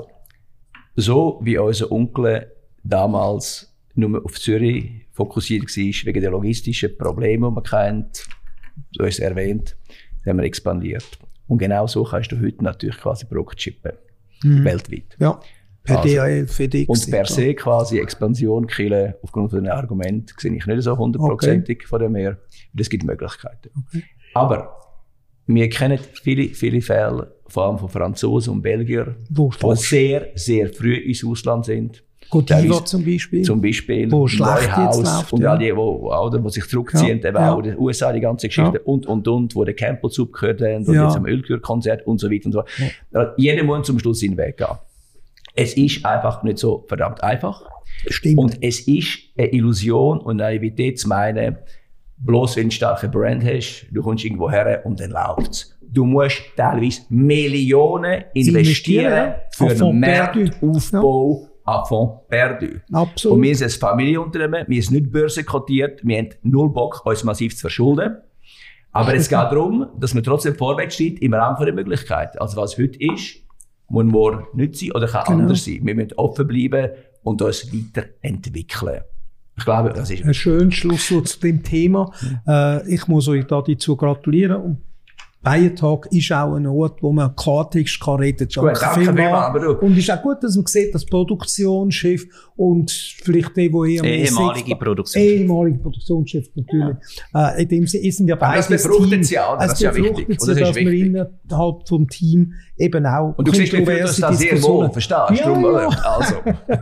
so wie unser Onkel damals nur auf Zürich fokussiert war, wegen der logistischen Probleme, die man kennt, du hast es erwähnt, haben wir expandiert. Und genau so kannst du heute natürlich quasi Produkte shippen. Mhm. Weltweit. Ja. Per also, D H L, F D X. Und per se quasi Expansion killen, aufgrund von den Argumenten, sehe ich nicht so hundertprozentig okay. von dem her. Es gibt Möglichkeiten. Okay. Aber wir kennen viele, viele Fälle, vor allem von Franzosen und Belgiern, die sehr, sehr früh ins Ausland sind. Godiva zum Beispiel. Zum Beispiel. Wo schlecht jetzt läuft. Und ja. all die, wo, oder, wo sich zurückziehen, ja. eben ja. auch in den U S A, die ganze Geschichte, ja. und, und, und, wo der Campbell Soup gehört haben, und ja. jetzt am Ölkühlkonzert und so weiter und so. Ja. Jeder muss zum Schluss seinen Weg gehen. Es ist einfach nicht so verdammt einfach. Stimmt. Und es ist eine Illusion und Naivität zu meinen, bloß wenn du eine starke Brand hast, du kommst irgendwo her und dann läuft's. Du musst teilweise Millionen investieren für einen Marktaufbau. Ja. À fond perdu. Absolut. Und wir sind ein Familienunternehmen, wir sind nicht börsenkotiert, wir haben null Bock, uns massiv zu verschulden. Aber es geht darum, dass man trotzdem vorwärts steht im Rahmen der Möglichkeiten. Also was heute ist, muss morgen nicht sein oder kann genau. anders sein. Wir müssen offen bleiben und uns weiterentwickeln. Ich glaube, das ist... Ein schönes Schlusswort zu dem Thema. Mhm. Äh, ich muss euch da dazu gratulieren und Biotag ist auch ein Ort, wo man Klartext kann reden kann. Gut, danke vielmals. Und es ist auch gut, dass man sieht, dass Produktionschef und vielleicht der, wo eher ehemalige Sektor, Produktionschef. Ehemalige Produktionschef natürlich. Ja. Äh, in dem Sinne sind ja beide das befruchtet sie auch, das es ist ja wichtig. Sie, das ist dass wichtig. man innerhalb vom Team eben auch und du siehst, wie viel das da sehr wohl verstehst. Ja, drum, ja. Also.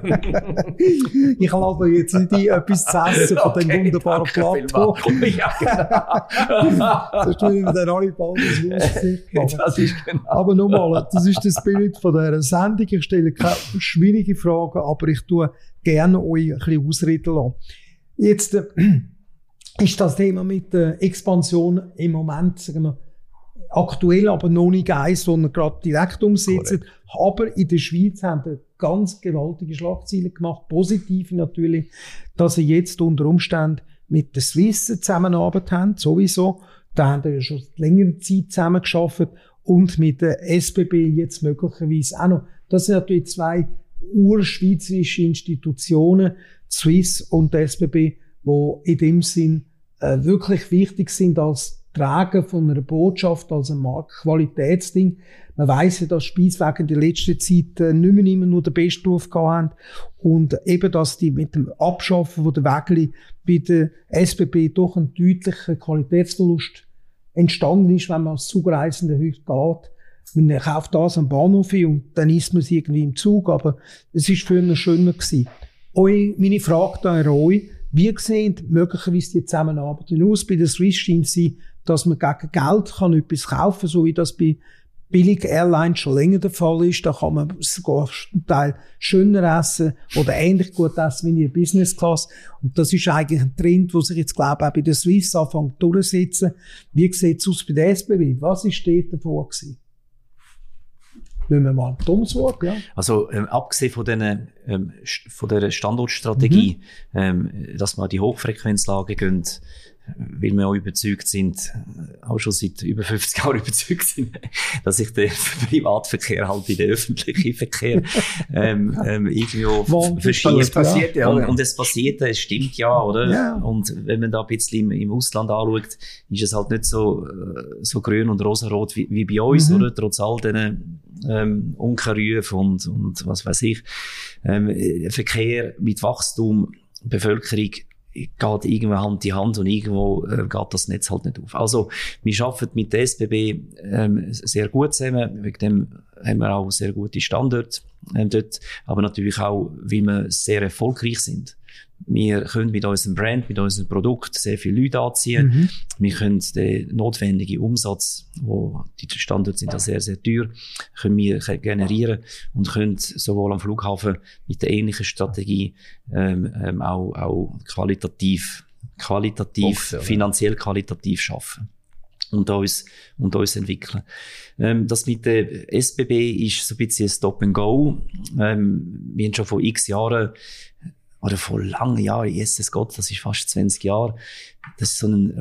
Ich lade jetzt nicht ein, etwas zu essen von okay, dem wunderbaren Plateau. Ja, genau. Das tun wir dann alle bald ins Wurstgesicht machen. Das ist genau. Aber nochmal, das ist das Bild von dieser Sendung. Ich stelle keine schwierige Fragen, aber ich tue gerne euch ein bisschen ausreden lassen. Jetzt äh, ist das Thema mit der Expansion im Moment, sagen wir, aktuell, aber noch nicht eins, sondern gerade direkt umsetzen. Correct. Aber in der Schweiz haben wir ganz gewaltige Schlagzeilen gemacht, positive natürlich, dass sie jetzt unter Umständen mit der Swiss zusammengearbeitet haben, sowieso. Da haben wir ja schon längere Zeit zusammengearbeitet und mit der S B B jetzt möglicherweise auch noch. Das sind natürlich zwei urschweizerische Institutionen, Swiss und S B B, die in dem Sinn äh, wirklich wichtig sind als Tragen von einer Botschaft, als ein Marktqualitätsding. Man weiss ja, dass Speiswege in der letzten Zeit äh, nicht mehr immer nur den besten Ruf gehabt haben. Und eben, dass die mit dem Abschaffen von der Wägeli bei der S B B doch ein deutlicher Qualitätsverlust entstanden ist, wenn man als Zugreisende heute geht. Man kauft das am Bahnhof und dann isst man es irgendwie im Zug, aber es war für einen schöner gewesen. Eu, meine Frage da an euch: Wie sehen möglicherweise die Zusammenarbeit aus? Bei der Swiss scheint es sein, dass man gegen Geld kann etwas kaufen kann, so wie das bei billigen Airlines schon länger der Fall ist. Da kann man sogar zum Teil schöner essen oder ähnlich gut essen wie in der Business Class. Und das ist eigentlich ein Trend, der sich jetzt, glaube ich, auch bei der Swiss anfängt durchzusetzen. Wie sieht es aus bei der S B B? Was war dort davor gewesen? Nehmen wir mal Toms Wort, ja. Also, ähm, abgesehen von den, ähm, von der Standortstrategie, mhm. ähm, dass wir an die Hochfrequenzlagen gehen, weil wir auch überzeugt sind, auch schon seit über fünfzig Jahren überzeugt sind, dass sich der Privatverkehr halt in den öffentlichen Verkehr ähm, ähm, irgendwie verschiebt. Es passiert ja, und, und es passiert, es stimmt ja, oder? Ja. Und wenn man da ein bisschen im, im Ausland anschaut, ist es halt nicht so, so grün und rosarot wie, wie bei uns, mhm. oder? Trotz all diesen ähm, Unkenrufen und, und was weiß ich. Ähm, Verkehr mit Wachstum, Bevölkerung, geht irgendwo Hand in Hand und irgendwo äh, geht das Netz halt nicht auf. Also, wir arbeiten mit der S B B ähm, sehr gut zusammen. Wegen dem haben wir auch sehr gute Standorte ähm, dort. Aber natürlich auch, weil wir sehr erfolgreich sind. Wir können mit unserem Brand, mit unserem Produkt sehr viele Leute anziehen. Mhm. Wir können den notwendigen Umsatz, wo die Standorte sind ja sehr, sehr teuer, können wir generieren und können sowohl am Flughafen mit der ähnlichen Strategie ähm, ähm, auch, auch qualitativ, qualitativ, Box, ja, finanziell qualitativ schaffen. Und uns, und uns entwickeln. Ähm, das mit der S B B ist so ein bisschen ein Stop and Go. Ähm, wir haben schon vor x Jahren oder vor langen Jahren, Jesus Gott, das ist fast zwanzig Jahre, das ist so ein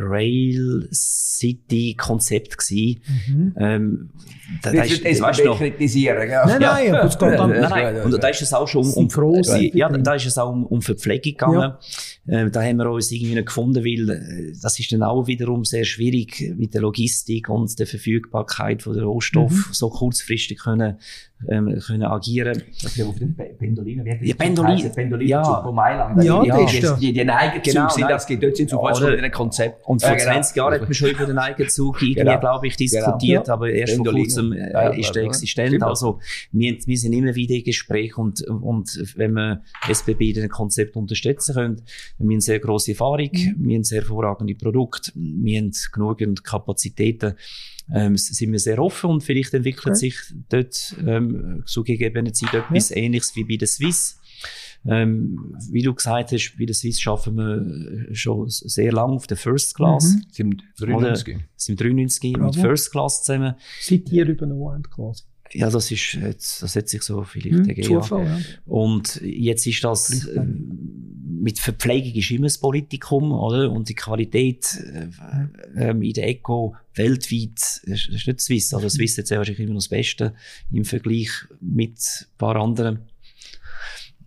Rail-City-Konzept gewesen. Mhm. Ähm, da, da ist, das weißt du noch. Kritisieren, ja. Nein, nein, aber es geht dann, nein, nein. Und da ist es auch schon um, um, gross, ja, da ist es auch um, um Verpflegung gegangen. Ja. Ähm, da haben wir uns irgendwie nicht gefunden, weil das ist dann auch wiederum sehr schwierig mit der Logistik und der Verfügbarkeit von der Rohstoff mhm. so kurzfristig können, ähm, können agieren. Das ist ja auf den Pendolino. Ja, Pendolino. Pendolino ja. von Mailand. Ja, ja, die, die, die, die Eigenzüge genau, sind, das geht dort sind so falsch von einem Konzept. Und vor ja, genau. zwanzig Jahren hat man schon über den Eigenzug irgendwie, genau. glaube ich, diskutiert, genau. aber erst vor kurzem äh, ja, ist der existent. Ja. Also, wir, wir sind immer wieder in Gespräch und, und wenn wir S B B in diesem Konzept unterstützen können, wir haben sehr grosse Erfahrung, mhm. wir haben sehr hervorragende Produkte, wir haben genügend Kapazitäten, ähm, sind wir sehr offen und vielleicht entwickelt okay. sich dort ähm, zu gegebener Zeit etwas ja. Ähnliches wie bei der Swiss. Ähm, wie du gesagt hast, bei der Swiss arbeiten wir schon sehr lange auf der First Class. Mhm. Sind dreiundneunzig. Sind dreiundneunzig mit First Class zusammen. Seit ihr übernommen habt quasi. Ja, das ist jetzt, das hat sich so vielleicht hm, ergeben. Zufall, ja. Und jetzt ist das, äh, mit Verpflegung ist immer das Politikum, oder? Und die Qualität, äh, äh, in der Eco weltweit, ist, ist nicht Swiss. Also Swiss hat sehr wahrscheinlich immer noch das Beste im Vergleich mit ein paar anderen.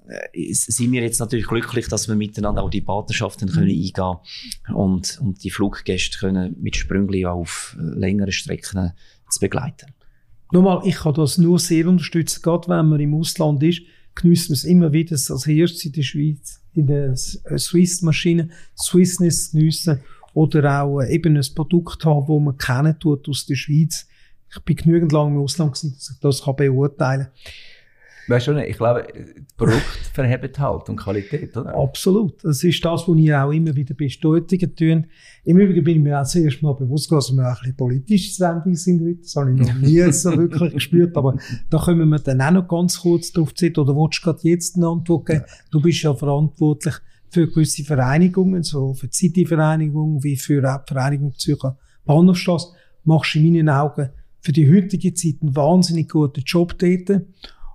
äh, sind wir jetzt natürlich glücklich, dass wir miteinander auch die Partnerschaften können eingehen und, und die Fluggäste können mit Sprüngli auf längeren Strecken zu begleiten. Nochmal, ich kann das nur sehr unterstützen, gerade wenn man im Ausland ist, genießt man es immer wieder als erstes in der Schweiz, in der Swiss-Maschine, Swissness geniessen oder auch eben ein Produkt haben, das man kennen tut aus der Schweiz. Ich bin genügend lange im Ausland gewesen, dass ich das kann beurteilen kann. Weißt du, ich glaube, Produkt verhebt halt und Qualität, oder? Absolut. Das ist das, was ihr auch immer wieder bestätigen tun. Im Übrigen bin ich mir auch das erste Mal bewusst, dass wir auch ein bisschen politisch Sendung sind heute. Das habe ich noch nie so wirklich gespürt. Aber da kommen wir dann auch noch ganz kurz drauf zu. Oder willst du gerade jetzt eine Antwort geben? Du bist ja verantwortlich für gewisse Vereinigungen, so für die City-Vereinigung, wie für auch die Vereinigung Zürcher Bahnhofstrasse. Machst in meinen Augen für die heutige Zeit einen wahnsinnig guten Job dort.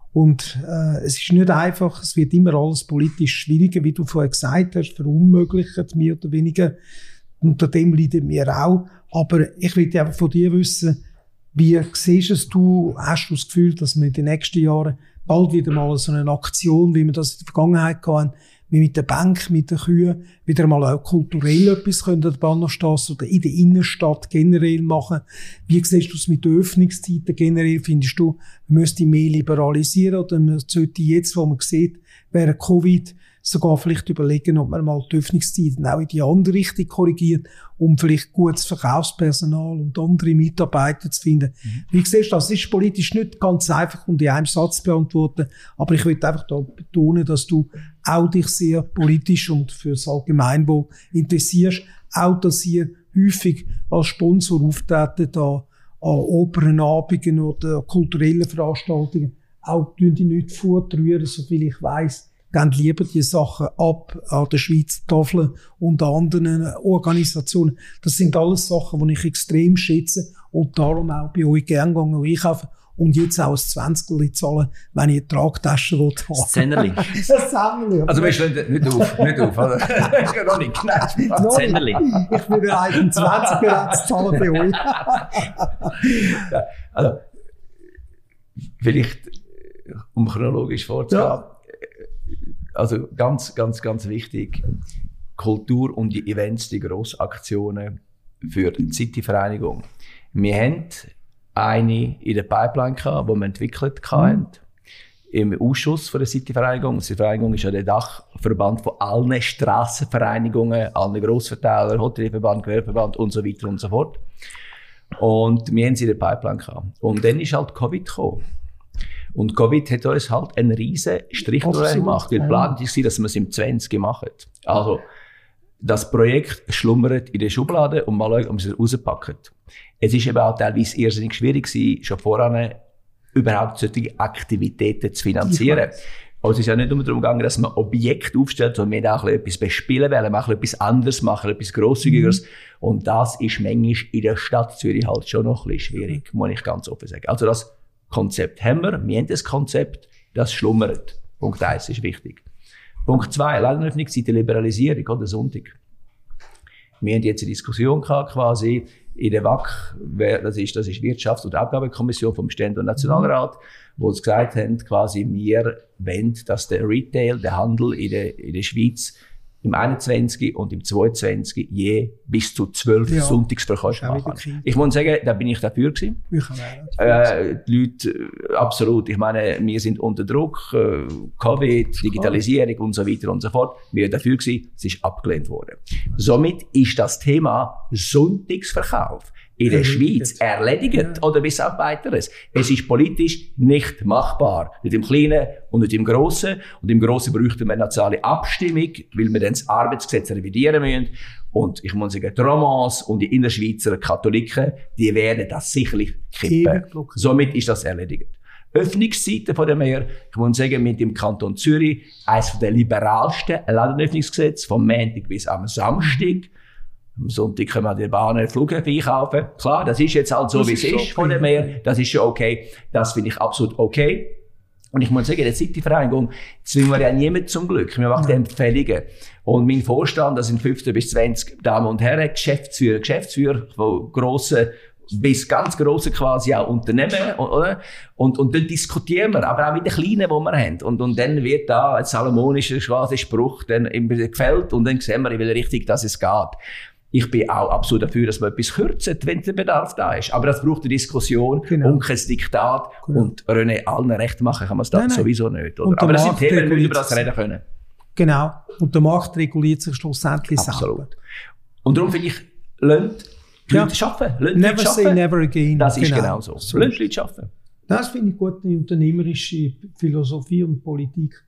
Und äh, es ist nicht einfach, es wird immer alles politisch schwieriger, wie du vorher gesagt hast, verunmöglicht, mehr oder weniger. Unter dem leiden wir auch. Aber ich will einfach von dir wissen, wie siehst es du, hast du das Gefühl, dass wir in den nächsten Jahren bald wieder mal so eine Aktion, wie wir das in der Vergangenheit hatten, wie mit der Bank, mit den Kühen, wieder mal auch kulturell etwas können an der Bahnhofstrasse oder in der Innenstadt generell machen. Wie siehst du es mit den Öffnungszeiten generell? Findest du, man müsste mehr liberalisieren oder man sollte jetzt, wo man sieht, während Covid sogar vielleicht überlegen, ob man mal die Öffnungszeiten auch in die andere Richtung korrigiert, um vielleicht gutes Verkaufspersonal und andere Mitarbeiter zu finden. Mhm. Wie siehst du das? Es ist politisch nicht ganz einfach und in einem Satz beantworten, aber ich will einfach da betonen, dass du auch dich sehr politisch und für das Allgemeinwohl interessierst, auch dass ihr häufig als Sponsor auftreten da an Opernabenden oder kulturellen Veranstaltungen, auch tun die nicht vortrühren, soviel ich weiss, gehen lieber die Sachen ab an der Schweizer Tafel und an anderen Organisationen. Das sind alles Sachen, die ich extrem schätze und darum auch bei euch gerne gegangen einkaufen und jetzt auch ein Zwanzigerli zahlen, wenn ihr Tragtaschen wollt haben. Das Zehnerli. Das Zehnerli. Also weißt du, nicht, nicht auf, nicht auf, oder? Das ist ja noch nicht knapp. Das Zehnerli. Ich bin bereit, einen Zwanziger zu zahlen bei euch. Ja, also, vielleicht, um chronologisch vorzugehen, ja. Also ganz, ganz, ganz wichtig, Kultur und die Events, die Grossaktionen für die City-Vereinigung. Wir haben eine in der Pipeline gehabt, die wir entwickelt haben, mhm. im Ausschuss von der City-Vereinigung. Die Vereinigung ist ja der Dachverband von allen Strassenvereinigungen, allen Grossverteilern, Hotelverband, Gewerbeverband und so weiter und so fort. Und wir haben sie in der Pipeline gehabt. Und dann ist halt Covid gekommen. Und Covid hat uns halt einen riesen Strich gemacht. Wir planen, dass wir es im zwanzig machen. Also, das Projekt schlummert in der Schublade und mal schauen, ob wir es rauspacken. Es ist eben auch teilweise irrsinnig schwierig gewesen, schon voran überhaupt solche Aktivitäten zu finanzieren. Also es ist ja nicht nur darum gegangen, dass man Objekte aufstellt, sondern wir auch etwas bespielen wollen, machen etwas anderes, machen etwas Grosszügigeres. Mhm. Und das ist manchmal in der Stadt Zürich halt schon noch ein bisschen schwierig, muss ich ganz offen sagen. Also das Konzept haben wir, wir haben das Konzept, das schlummert. Punkt eins ist wichtig. Punkt zwei, Ladenöffnungszeit, Liberalisierung, oder Sonntag. Wir haben jetzt eine Diskussion gehabt, quasi in der W A C, das ist, das ist Wirtschafts- und Abgabenkommission vom Ständer- und Nationalrat, wo sie gesagt haben, quasi, wir wollen, dass der Retail, der Handel in der, in der Schweiz im einundzwanzig und im zweiundzwanzig je bis zu zwölf ja. Sonntagsverkäufe machen. Ich muss sagen, da bin ich dafür gewesen. Ich äh, die Leute, äh, absolut. Ich meine, wir sind unter Druck, äh, Covid, Digitalisierung und so weiter und so fort. Wir sind dafür gewesen, es ist abgelehnt worden. Somit ist das Thema Sonntagsverkauf in der Schweiz erledigt, ja. oder bis auf weiteres. Es ist politisch nicht machbar. Nicht im Kleinen und nicht im Grossen. Und im Grossen bräuchten wir eine nationale Abstimmung, weil wir dann das Arbeitsgesetz revidieren müssen. Und ich muss sagen, die Romans und die Innerschweizer Katholiken, die werden das sicherlich kippen. Somit ist das erledigt. Öffnungszeiten von dem her, ich muss sagen, mit dem Kanton Zürich, eines der liberalsten Ladenöffnungsgesetze, vom Montag bis am Samstag. Am Sonntag können wir die Bahnen Flughäfen einkaufen. Klar, das ist jetzt halt so, wie es ist, okay. Von dem her. Das ist schon okay. Das finde ich absolut okay. Und ich muss sagen, in der City-Vereinigung zwingen wir ja niemanden zum Glück. Wir machen ja. Empfehlungen. Und mein Vorstand, das sind fünfzehn bis zwanzig Damen und Herren, Geschäftsführer, Geschäftsführer von grossen bis ganz grosse quasi auch Unternehmen, oder? Und, und dann diskutieren wir, aber auch mit den Kleinen, die wir haben. Und, und dann wird da ein salomonischer quasi Spruch dann immer gefällt und dann sehen wir, in welche Richtung das es geht. Ich bin auch absolut dafür, dass man etwas kürzt, wenn der Bedarf da ist. Aber das braucht eine Diskussion genau. und kein Diktat. Genau. Und René, allen recht machen kann man es da sowieso nicht. Oder? Aber das sind Themen, die über das reden können. Genau. Und der Markt reguliert sich schlussendlich absolut. Selber. Und darum finde ich, lasst die Leute ja. arbeiten. Lasst never Leute say arbeiten. never again. Das ist genau, genau so. so. Lasst die Leute arbeiten. Das finde ich gut, die unternehmerische Philosophie und Politik.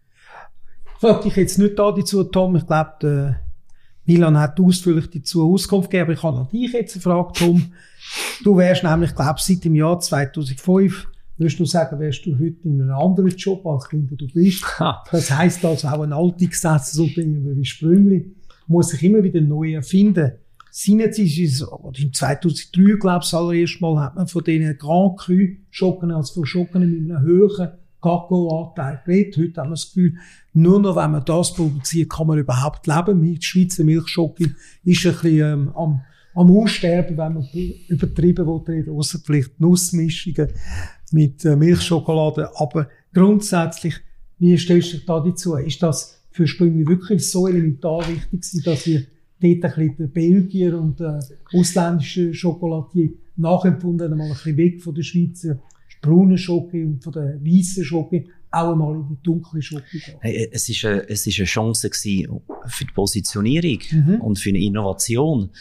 Ich frage dich jetzt nicht da dazu, Tom. Ich glaube, Milan hat ausführlich dazu Auskunft gegeben. Aber ich habe an dich jetzt eine Frage, Tom. Du wärst nämlich, glaube ich, seit dem Jahr zweitausendfünf, würdest du sagen, wärst du heute in einem anderen Job, als du bist. Ha. Das heisst also auch ein Altexzessunternehmen wie Sprüngli muss sich immer wieder neu erfinden. Seinerzeit ist es, im zweitausenddrei, glaube ich, das allererste Mal hat man von diesen Grand Cru Schocken, also von Schocken mit einem höheren Kakaoanteil geredet. Heute haben wir das Gefühl, nur noch wenn man das produziert, kann man überhaupt leben. Mit Schweizer Milchschocke ist ein bisschen ähm, am, am Aussterben, wenn man übertrieben will, ausser vielleicht Nussmischungen mit äh, Milchschokolade. Aber grundsätzlich, wie stellst du dich da dazu? Ist das für Sprüngli wirklich so elementar wichtig gewesen, dass wir dort ein bisschen den Belgier und äh, ausländischen Schokoladier nachempfunden haben, mal ein bisschen weg von der Schweizer braunen Schoki und von der weißen Schoki auch einmal in die dunkle Schoki. Hey, es ist eine, es ist eine Chance gewesen für die Positionierung mhm. und für eine Innovation.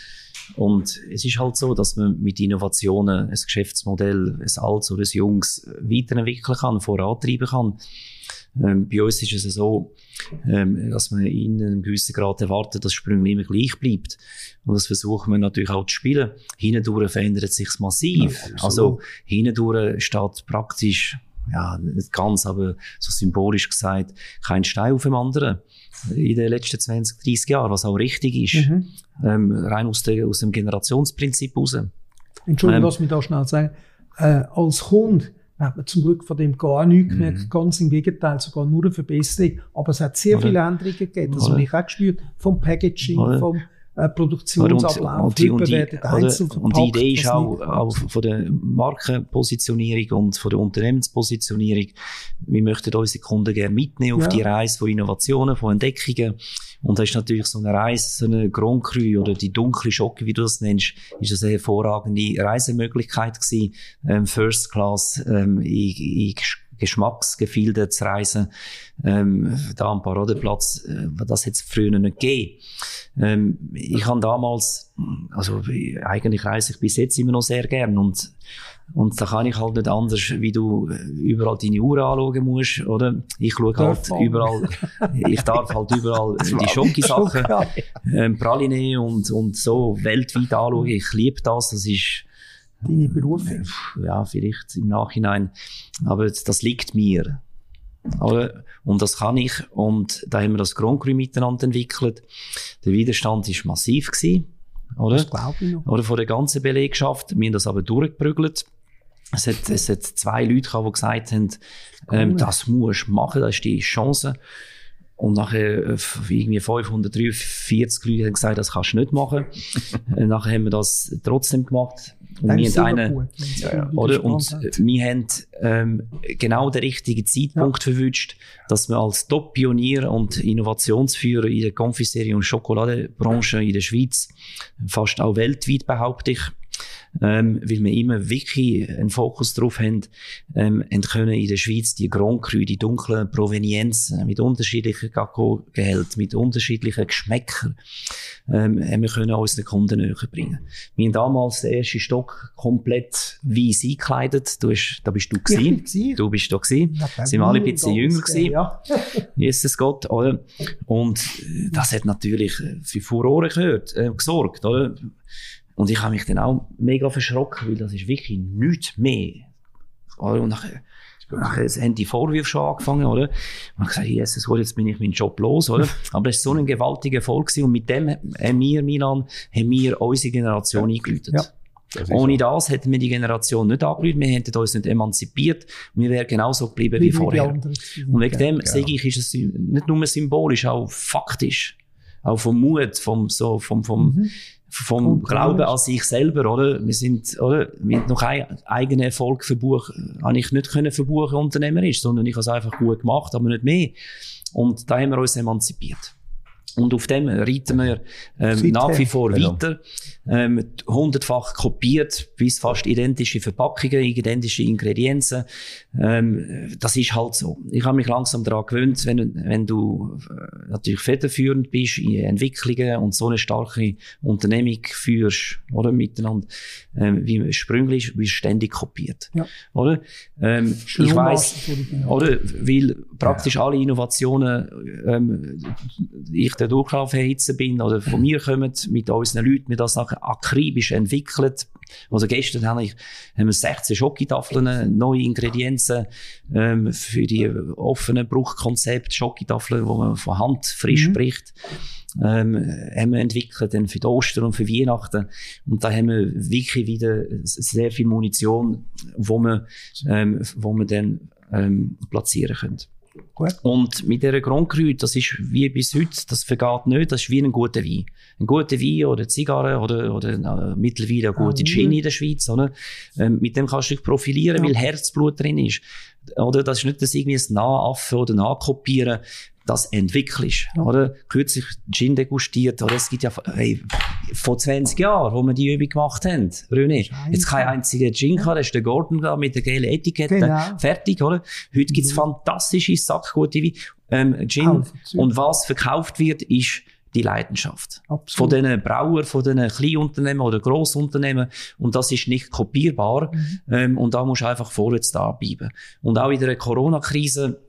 Und es ist halt so, dass man mit Innovationen ein Geschäftsmodell, ein altes oder ein junges weiterentwickeln kann, vorantreiben kann. Ähm, bei uns ist es so, ähm, dass man in einem gewissen Grad erwartet, dass Sprüngli immer gleich bleibt. Und das versuchen wir natürlich auch zu spielen. Hindurch verändert es sich massiv. Ja, also hindurch steht praktisch, ja, nicht ganz, aber so symbolisch gesagt, kein Stein auf dem anderen in den letzten zwanzig, dreissig Jahren, was auch richtig ist. Mhm. Ähm, rein aus, der, aus dem Generationsprinzip raus. Entschuldigung, ähm, lass mich da schnell sagen. Äh, als Kunde hat man zum Glück von dem gar nichts gemerkt. Mhm. Ganz im Gegenteil, sogar nur eine Verbesserung. Aber es hat sehr oder? viele Änderungen gegeben. Das habe ich auch gespürt. Vom Packaging, oder? vom äh, Produktionsablauf. Und, und, und, die, und, und die Idee ist auch, auch von der Markenpositionierung und von der Unternehmenspositionierung. Wir möchten unsere Kunden gerne mitnehmen auf ja. die Reise von Innovationen, von Entdeckungen. Und da ist natürlich so eine Reise, so eine Grand Cru oder die dunkle Schocke, wie du das nennst, ist das eine hervorragende Reisemöglichkeit gewesen, ähm, First Class, ähm, in, in Geschmacksgefilde zu reisen, ähm, da am Paradeplatz, äh, das hätte es früher nicht gegeben. Ähm, ich habe damals, also eigentlich reise ich bis jetzt immer noch sehr gern und und da kann ich halt nicht anders, wie du überall deine Uhr anschauen musst, oder? Ich schaue halt überall, ich darf halt überall die Schoki-Sachen, ähm, Praline und, und so weltweit anschauen. Ich liebe das, das ist, deine Berufung? Ja, vielleicht im Nachhinein. Aber das liegt mir. Oder? Und das kann ich. Und da haben wir das Grand Cru miteinander entwickelt. Der Widerstand war massiv gewesen. Oder? Das glaube ich noch. Oder von der ganzen Belegschaft. Wir haben das aber durchgeprügelt. Es hat, es hat zwei Leute gehabt, die gesagt haben, ähm, das musst du machen, das ist die Chance. Und nachher, irgendwie fünfhundertdreiundvierzig Leute haben gesagt, das kannst du nicht machen. Nachher haben wir das trotzdem gemacht. Und wir haben einen, gut, ja, ja. oder? Und wir haben ähm, genau den richtigen Zeitpunkt ja. verwünscht, dass wir als Top-Pionier und Innovationsführer in der Konfiserie- und Schokoladebranche in der Schweiz, fast auch weltweit behaupte ich, ähm, weil wir immer wirklich einen Fokus drauf haben, ähm, können in der Schweiz die Grand Cru, die dunklen Provenienzen mit unterschiedlichen Kakaogehältern, mit unterschiedlichen Geschmäckern, ähm, wir können unseren Kunden näher bringen. Wir haben damals den ersten Stock komplett weiss eingekleidet. Du hast, da bist du gewesen. gewesen. Du bist da gewesen. Ja, sind wir alle ein bisschen jünger gewesen. Ja. Jesus Gott, oder? Und das hat natürlich für Furore gehört, äh, gesorgt, oder? Und ich habe mich dann auch mega verschrocken, weil das ist wirklich nichts mehr. Und nachher, nachher haben die Vorwürfe schon angefangen, oder? Und ich habe gesagt, Jesus Gott, jetzt bin ich meinen Job los, oder? Aber das war so ein gewaltiger Erfolg gewesen. Und mit dem haben wir, Milan, haben wir unsere Generation eingeläutet. Ja. Das Ohne so. das hätten wir die Generation nicht angerufen, wir hätten uns nicht emanzipiert, wir wären genauso geblieben wie, wie vorher. Und wegen dem, ja. sage ich, ist es nicht nur symbolisch, auch faktisch. Auch vom Mut, vom, so, vom, vom, mhm. vom und Glauben an sich selber, oder? Wir sind, oder? Wir haben noch keinen eigenen Erfolg verbuchen, habe ich nicht können verbuchen, unternehmerisch, sondern ich habe es einfach gut gemacht, aber nicht mehr. Und da haben wir uns emanzipiert. Und auf dem reiten wir ähm, nach wie vor genau. weiter. Ähm, hundertfach kopiert, bis fast identische Verpackungen, identische Ingredienzen. Ähm, das ist halt so. Ich habe mich langsam daran gewöhnt, wenn, wenn du äh, natürlich federführend bist in Entwicklungen und so eine starke Unternehmung führst, oder, miteinander, ähm, wie Sprüngli, wie ständig kopiert. Ja. Oder? Ähm, ich weiss, oder, weil praktisch ja. alle Innovationen, ähm, ich der Durchlauf erhitzen bin, oder von mir kommen, mit unseren Leuten, wir das nachher akribisch entwickelt. Also gestern haben wir, haben wir sechzehn Schokotafeln, neue Ingredienzen, ähm, für die offenen Bruchkonzepte, Schokotafeln, wo man von Hand frisch mhm. bricht, ähm, haben wir entwickelt, dann für die Ostern und für Weihnachten. Und da haben wir wirklich wieder sehr viel Munition, wo wir, ähm, wo wir dann, ähm, platzieren können. Gut. Und mit dieser Grundkräuter, das ist wie bis heute, das vergeht nicht, das ist wie ein guter Wein. Ein guter Wein oder Zigarre oder, oder äh, mittlerweile eine gute Gin in der Schweiz, oder? Ähm, mit dem kannst du dich profilieren, ja. weil Herzblut drin ist. Oder? Das ist nicht das irgendwie ein Nachaffen oder Nachkopieren. Das entwickelst, ja. oder? Kürzlich Gin degustiert, oder? Es gibt ja, hey, vor zwanzig Jahren, wo wir die Übung gemacht haben, René. Scheiße. Jetzt kein einziger Gin gehabt, das ist der Gordon da mit der gelben Etikette. Genau. Fertig, oder? Heute gibt's mhm. fantastische, sackgute ähm, Gin. Oh, und was verkauft wird, ist die Leidenschaft. Absolut. Von diesen Brauern, von diesen Kleinunternehmen oder Grossunternehmen. Und das ist nicht kopierbar. Mhm. Ähm, und da musst du einfach vorwärts da bleiben. Und auch in der Corona-Krise,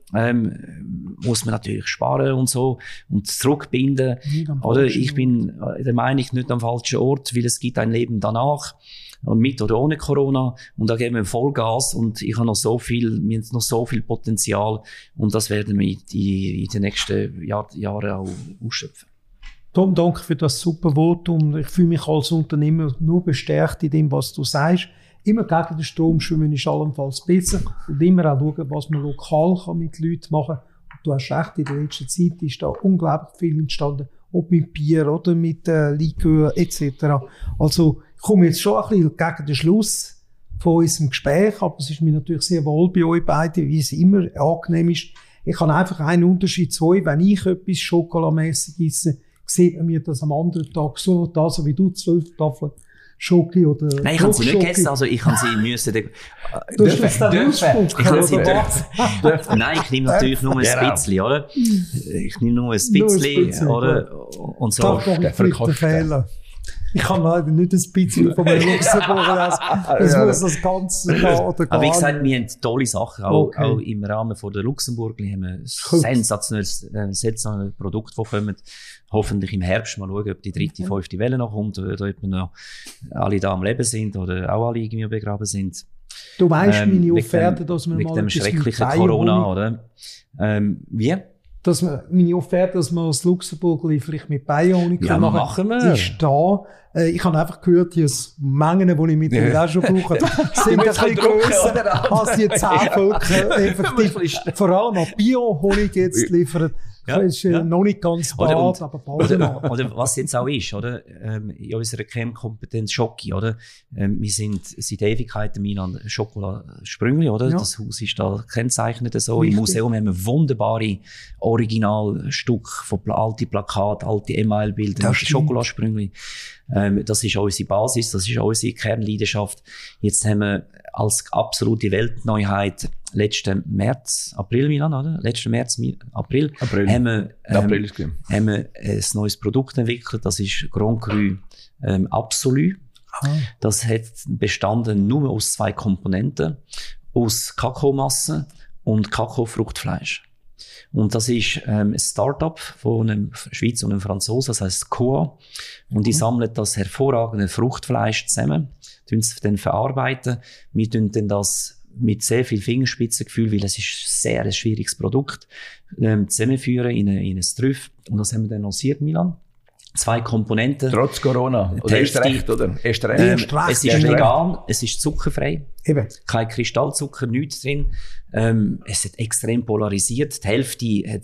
ähm, muss man natürlich sparen und so und zurückbinden. Oder ich bin der Meinung, nicht am falschen Ort, weil es gibt ein Leben danach. Mit oder ohne Corona. Und da geben wir Vollgas. Und ich habe noch so viel, wir haben noch so viel Potenzial. Und das werden wir in, in den nächsten Jahr, Jahren auch ausschöpfen. Tom, danke für das super Votum. Ich fühle mich als Unternehmer nur bestärkt in dem, was du sagst. Immer gegen den Strom schwimmen ist allenfalls besser. Und immer auch schauen, was man lokal kann mit Leuten machen kann. Und du hast recht, in der letzten Zeit ist da unglaublich viel entstanden. Ob mit Bier oder mit äh, Likör et cetera. Also ich komme jetzt schon ein bisschen gegen den Schluss von unserem Gespräch, aber es ist mir natürlich sehr wohl bei euch beiden, wie es immer angenehm ist. Ich habe einfach einen Unterschied zu euch. Wenn ich etwas schokolamässig esse, sieht man mir das am anderen Tag so, da, so wie du zwölf Tafeln Schoki oder Nein, ich habe sie nicht gegessen, also ich habe sie müssen... Du hast das dann ausspucken, ich kann sie dürfen. Nein, ich nehme natürlich nur ein bisschen, oder? Ich nehme nur ein bisschen, oder? Und so. Das ist ein Fehler. Ich kann leider nicht ein bisschen von meinem Luxemburger essen. Es muss das Ganze gehen oder gar Aber wie gesagt, wir haben tolle Sachen. Auch, okay. auch im Rahmen von der Luxemburg haben wir ein sensationelles, äh, sensationelles Produkt, das kommt. Hoffentlich im Herbst mal schauen, ob die dritte, fünfte Welle noch kommt oder ob wir noch alle da am Leben sind oder auch alle irgendwie begraben sind. Du weißt, ähm, meine Offerte, dass wir mal mal dem schrecklichen Corona, oder? Ähm, wie? Dass wir, meine Offerte, dass wir das Luxemburgli vielleicht mit Bionik ja, machen, machen wir. ist da. Äh, ich habe einfach gehört, die Mengen, die ich mittlerweile ja. auch schon brauche, sind ein bisschen grösser als die zehn Völker effektiv. Vor allem auch Bio-Honig jetzt liefert. Ja, das ist ja. noch nicht ganz bad, oder, und, aber bald oder, oder was jetzt auch ist, oder? Ähm, in unserer Kernkompetenz Schoki, oder? Ähm, wir sind seit Ewigkeiten Milan Schokolade-Sprüngli, oder? Ja. Das Haus ist da kennzeichnet so. Richtig. Im Museum haben wir wunderbare Originalstücke von Pla- alte Plakate, alte E M I-Bilder, Schokolade-Sprüngli. Ähm, das ist unsere Basis, das ist unsere Kernleidenschaft. Jetzt haben wir als absolute Weltneuheit letzten März, April, Milan, oder? Letzten März, April, April. haben wir, ähm, April ist haben wir ein neues Produkt entwickelt. Das ist Grand Cru ähm, Absolu. Ah. Das hat bestanden nur aus zwei Komponenten, aus Kakaomasse und Kakaofruchtfleisch. Und das ist ähm, ein Start-up von einem Schweizer und einem Franzosen, das heisst Coa. Und die sammeln das hervorragende Fruchtfleisch zusammen, tun es dann verarbeiten. Wir tun dann das mit sehr viel Fingerspitzengefühl, weil es ist ein sehr schwieriges Produkt, ähm, zusammenführen in, eine, in ein Trüff. Und das haben wir dann lanciert, Milan. Zwei Komponenten. Trotz Corona. Oder erst recht, oder? Erst recht. Ähm, erst recht. Es ist erst vegan, recht. Es ist zuckerfrei. Eben. Kein Kristallzucker, nichts drin. Ähm, es hat extrem polarisiert. Die Hälfte hat's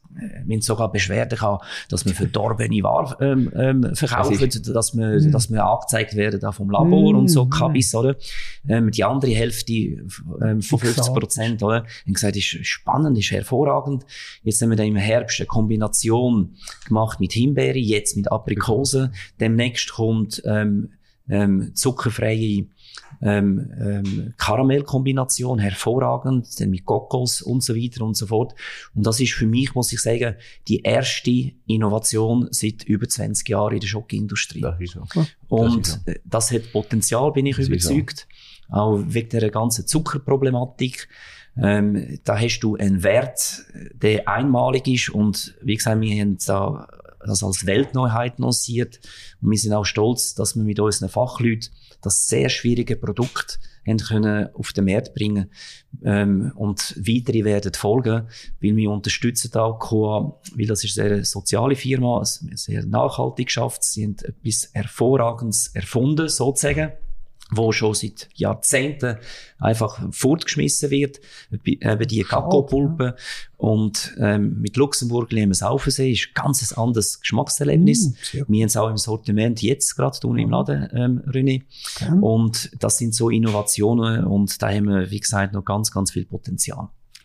wir haben sogar Beschwerden gehabt, dass wir verdorbene Ware ähm, ähm, verkaufen, das dass wir, mm. dass wir angezeigt werden da vom Labor mm. und so, Kabis, oder? Ähm, die andere Hälfte ähm, von fünfzig Prozent, oder? Haben gesagt, ist spannend, ist hervorragend. Jetzt haben wir da im Herbst eine Kombination gemacht mit Himbeere, jetzt mit Aprikosen. Demnächst kommt ähm, ähm, zuckerfreie Ähm, ähm, Karamellkombination, hervorragend, dann mit Kokos und so weiter und so fort. Und das ist für mich, muss ich sagen, die erste Innovation seit über zwanzig Jahren in der Schokoindustrie. Das ist so. Und das, ist so. das hat Potenzial, bin ich das überzeugt. So. Auch wegen der ganzen Zuckerproblematik. Ähm, da hast du einen Wert, der einmalig ist. Und wie gesagt, wir haben da das als Weltneuheit lanciert. Und wir sind auch stolz, dass wir mit unseren Fachleuten das sehr schwierige Produkt haben können auf den Markt bringen. Ähm, und weitere werden folgen, weil wir unterstützen auch C O A, weil das ist eine sehr soziale Firma, eine sehr nachhaltig schafft. Sie haben etwas Hervorragendes erfunden, sozusagen, wo schon seit Jahrzehnten einfach fortgeschmissen wird, eben die Kakaopulpe. Und ähm, mit Luxemburg haben wir es auch gesehen, ist ein ganz anderes Geschmackserlebnis. Mm, wir haben es auch im Sortiment jetzt gerade unten im Laden, ähm, René. Okay. Und das sind so Innovationen und da haben wir, wie gesagt, noch ganz, ganz viel Potenzial.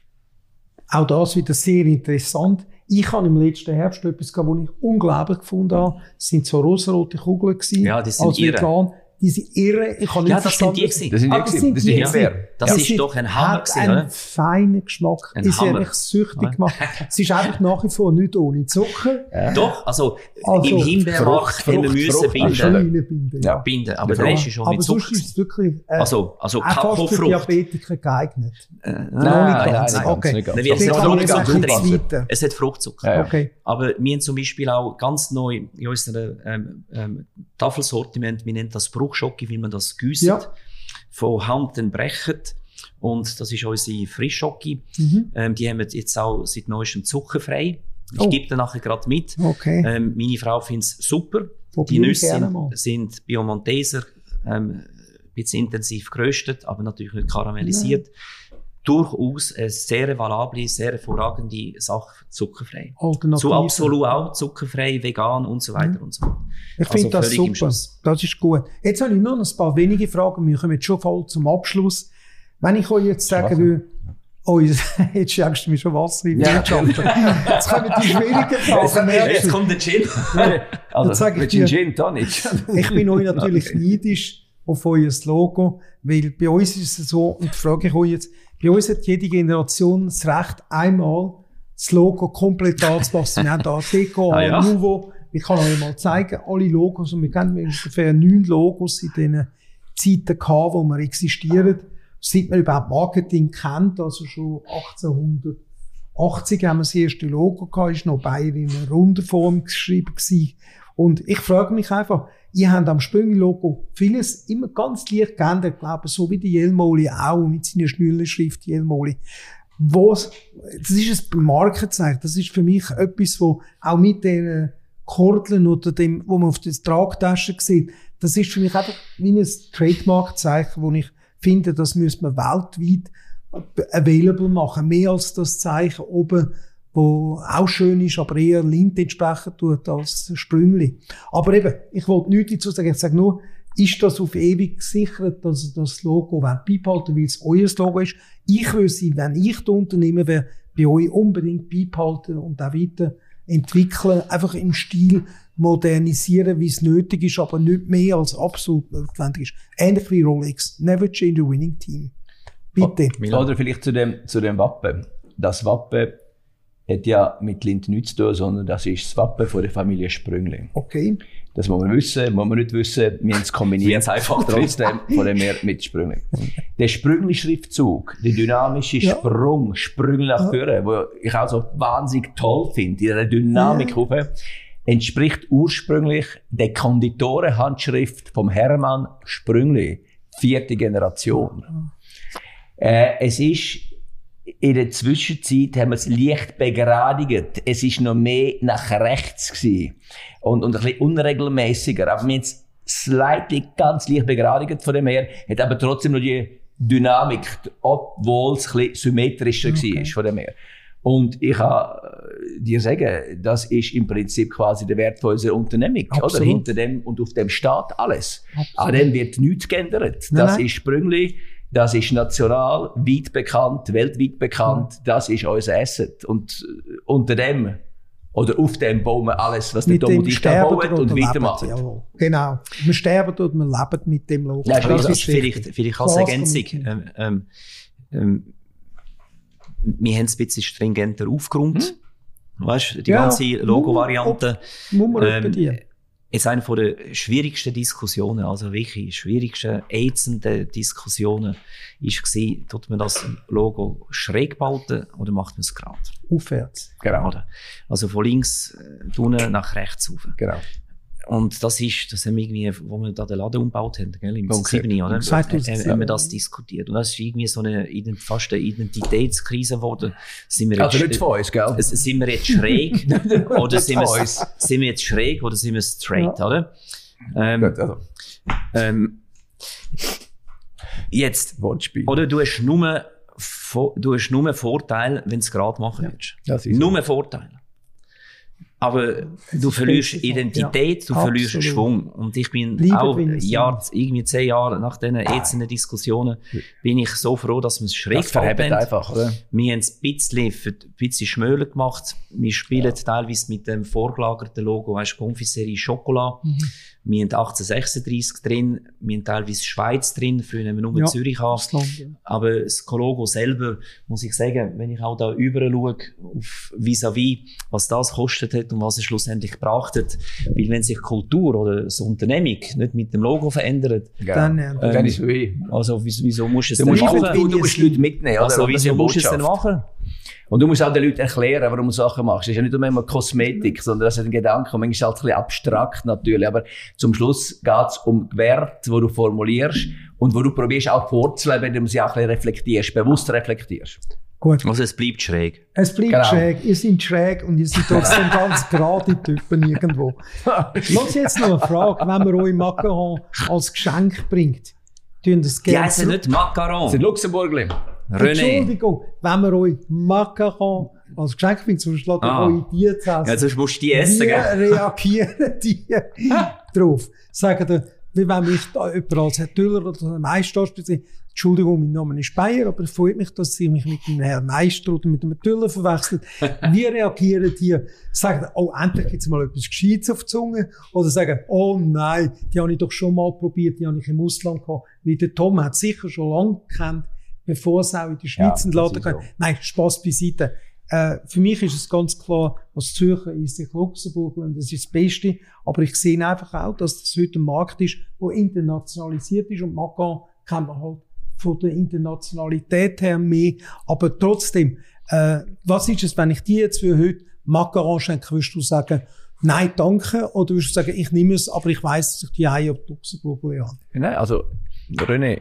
Auch das wieder sehr interessant. Ich habe im letzten Herbst etwas gehabt, was ich unglaublich gefunden habe. Es sind so rosarote Kugeln gewesen. Ja, das sind irre. Diese irre, ich habe ja, nicht das sind die gewesen. Das sind die gewesen. Das, das, ja. das ja. ist doch ein Hammer gewesen, einen oder? feinen Geschmack. Ein ist Hammer. Mich süchtig gemacht. Es ist einfach nach wie vor nicht ohne Zucker. Ja. Doch, also, also im Himbeermarkt haben wir müssen binden. binden. Ja, binden. Aber der Rest ist schon aber mit Zucker. Aber sonst ist es wirklich, äh, also, also Kakaofrucht. Für Diabetiker geeignet. Äh, nein, nein, nein, nein, nein, okay. Nein, nein, es, hat Fruchtzucker. es hat Fruchtzucker. Ja, ja. Okay. Aber wir haben zum Beispiel auch ganz neu in unserem ähm, ähm, Tafelsortiment, wir nennen das Bruchschocke, wie man das gießt, ja. von Hand dann brechen. Und das ist unsere Frischschocke. Mhm. Ähm, die haben wir jetzt auch seit neuestem zuckerfrei. Ich oh. gebe dann nachher gerade mit. Okay. Ähm, meine Frau findet es super. Probier die Nüsse sind, sind Biomonteser, ähm, ein bisschen intensiv geröstet, aber natürlich nicht karamellisiert. Ja. Durchaus eine sehr valable, sehr hervorragende Sache, zuckerfrei. Zu absolut auch zuckerfrei, vegan und so weiter und so fort. Ich also finde das super. Das ist gut. Jetzt habe ich nur noch ein paar wenige Fragen. Wir kommen jetzt schon voll zum Abschluss. Wenn ich euch jetzt sagen will, oh, jetzt schenkst du mir schon Wasser in die ja. Wirtschaft. Jetzt kommen die schwierigen Fragen. Jetzt kommt der Gin. Also, sag ich dir, Gin Tonic. Ich bin euch natürlich neidisch auf euer Logo, weil bei uns ist es so, und frage ich euch jetzt, bei uns hat jede Generation das Recht, einmal das Logo komplett anzupassen. Wir haben da Deco, ah, ja. Nuvo. Ich kann euch mal zeigen, alle Logos, und wir kennen ungefähr neun Logos in den Zeiten gehabt, wo wir existieren. Seit man überhaupt Marketing kennt, also schon achtzehnhundertachtzig haben wir das erste Logo gehabt, ist noch Bayer in einer runden Form geschrieben gewesen. Und ich frage mich einfach, ihr habt am Sprüngli-Logo vieles immer ganz leicht geändert, glaube ich, so wie die Jelmoli auch mit seiner Schnüllenschrift Jelmoli. Was, das ist ein Markenzeichen, das ist für mich etwas, wo auch mit den Kordeln oder dem, wo man auf der Tragtasche sieht, das ist für mich einfach wie ein Trademark-Zeichen, wo ich finde, das müsste man weltweit available machen, mehr als das Zeichen oben, wo auch schön ist, aber eher Lind entsprechen tut als Sprüngli. Aber eben, ich wollte nichts dazu sagen, ich sage nur, ist das auf ewig gesichert, dass das Logo beibehalten, weil es euer Logo ist. Ich würde sie, wenn ich der Unternehmer wäre, bei euch unbedingt beibehalten und auch weiter entwickeln, einfach im Stil modernisieren, wie es nötig ist, aber nicht mehr als absolut notwendig ist. Ähnlich wie Rolex. Never change a winning team. Bitte. Oder vielleicht zu dem, zu dem Wappen. Das Wappen hat ja mit Lind nichts zu tun, sondern das ist das Wappen von der Familie Sprüngli. Okay. Das muss man wissen, muss man nicht wissen. Wir haben es kombiniert. einfach trotzdem von dem mehr mit Sprüngli. Der Sprüngli-Schriftzug, der dynamische ja. Sprung, Sprüngli nach vorne, ja. wo ich auch so wahnsinnig toll finde, diese Dynamik ja. rauf, entspricht ursprünglich der Konditorenhandschrift vom Hermann Sprüngli, vierte Generation. Äh, es ist in der Zwischenzeit haben wir es leicht begradigt. Es ist noch mehr nach rechts gewesen. Und, und ein bisschen unregelmäßiger. Aber wir haben es slightly ganz leicht begradigt von dem her. Hat aber trotzdem noch die Dynamik, obwohl es ein bisschen symmetrischer okay. war von dem her. Und ich habe dir sagen, das ist im Prinzip quasi der Wert unserer Unternehmung. Oder? Hinter dem und auf dem steht alles. Absolut. An dem wird nichts geändert. Nein, das nein. ist Sprüngli, das ist national, weit bekannt, weltweit bekannt. Ja. Das ist unser Asset. Und unter dem oder auf dem bauen wir alles, was der Tom und ich da bauen und weitermachen. Ja, genau. Wir sterben und wir leben mit dem Logo. Ja, das ist vielleicht, vielleicht als Ergänzung. Ähm, ähm, ähm, wir haben es ein bisschen stringenter aufgeräumt. Hm? Weißt du, die ja, ganze Logo-Variante. Muss man ähm, ähm, Jetzt eine von der schwierigsten Diskussionen, also wirklich schwierigsten, ätzenden Diskussionen, war, tut man das Logo schräg behalten oder macht man es gerade? Aufwärts. Genau. Also von links äh, unten nach rechts rauf. Genau. Und das ist, das haben wir irgendwie, wo wir da den Laden umgebaut haben, gell, im okay. sieben, oder? zweitausend haben wir das diskutiert. Und das ist irgendwie so eine, fast eine Identitätskrise geworden. Sind wir also jetzt, nicht von uns, gell? Sind wir jetzt schräg? oder sind wir, sind wir jetzt schräg oder sind wir straight, ja. oder? Ähm, Gut, also. ähm, jetzt, Wortspiel. Oder du hast nur, du hast nur Vorteil, wenn du es gerade machen willst. Ja, nur Vorteil. Aber du verlierst Identität, ja, du verlierst absolut. Schwung. Und ich bin Liebe auch Jahr, irgendwie zehn Jahre nach diesen ätzenden Diskussionen, bin ich so froh, dass wir es schräg verheben. einfach, oder? Wir haben es ein bisschen, ein bisschen schmöler gemacht. Wir spielen ja. teilweise mit dem vorgelagerten Logo, weißt du, Confiserie Chocolat. Mhm. Wir haben achtzehnhundertsechsunddreissig drin, wir haben teilweise Schweiz drin, früher haben wir nur ja, Zürich an. Ja. Aber das Logo selber, muss ich sagen, wenn ich auch da rüber schaue, auf vis-à-vis, was das kostet hat und was es schlussendlich gebracht hat, weil wenn sich Kultur oder das Unternehmung nicht mit dem Logo verändert, ja. dann, ähm, dann ist es weh. Also wieso, wieso musst du es du denn musst machen? Du, du musst Leute mitnehmen, oder? Also wieso musst du es denn machen? Und du musst auch den Leuten erklären, warum du Sachen machst. Das ist ja nicht immer Kosmetik, sondern das ist ein Gedanke. Und manchmal ist es halt ein bisschen abstrakt natürlich. Aber zum Schluss geht es um Werte, die du formulierst und wo du probierst auch vorzuleben, indem du sie auch ein bisschen reflektierst, bewusst reflektierst. Gut. Also es bleibt schräg. Es bleibt genau. schräg. Ihr seid schräg und ihr seid trotzdem ganz gerade Typen irgendwo. Lass jetzt noch eine Frage, wenn man euch Macaron als Geschenk bringt. Tun das gerne? Die heissen nicht Macaron. Das sind Luxemburgli. René. Entschuldigung, wenn wir euch Macaron als Geschenk bringt, sonst lässt ah. euch die zu essen. Ja, sonst musst du die essen, wie gell? reagieren die drauf? Sagen die, wie wenn mich da jemand als Herr Tüller oder Herr Meister sagt, Entschuldigung, mein Name ist Bayer, aber es freut mich, dass Sie mich mit dem Herrn Meister oder mit dem Tüller verwechseln. Wie reagieren die? Sagen, oh, endlich gibt's mal etwas Gescheites auf die Zunge? Oder sagen, oh nein, die habe ich doch schon mal probiert, die habe ich im Ausland gehabt. Wie der Tom hat sicher schon lange gekannt, bevor es auch in der Schweiz ja, entladen kann. So. Nein, Spass beiseite. Äh, für mich ist es ganz klar, als Zürcher ist ich Luxemburg und das ist das Beste. Aber ich sehe einfach auch, dass das heute ein Markt ist, der internationalisiert ist und Macaron kann man halt von der Internationalität her mehr. Aber trotzdem, äh, was ist es, wenn ich dir jetzt für heute Macaron schenke, würdest du sagen, nein, danke, oder würdest du sagen, ich nehme es, aber ich weiss, dass ich die Eier auf Luxemburg habe? Nein, also, René,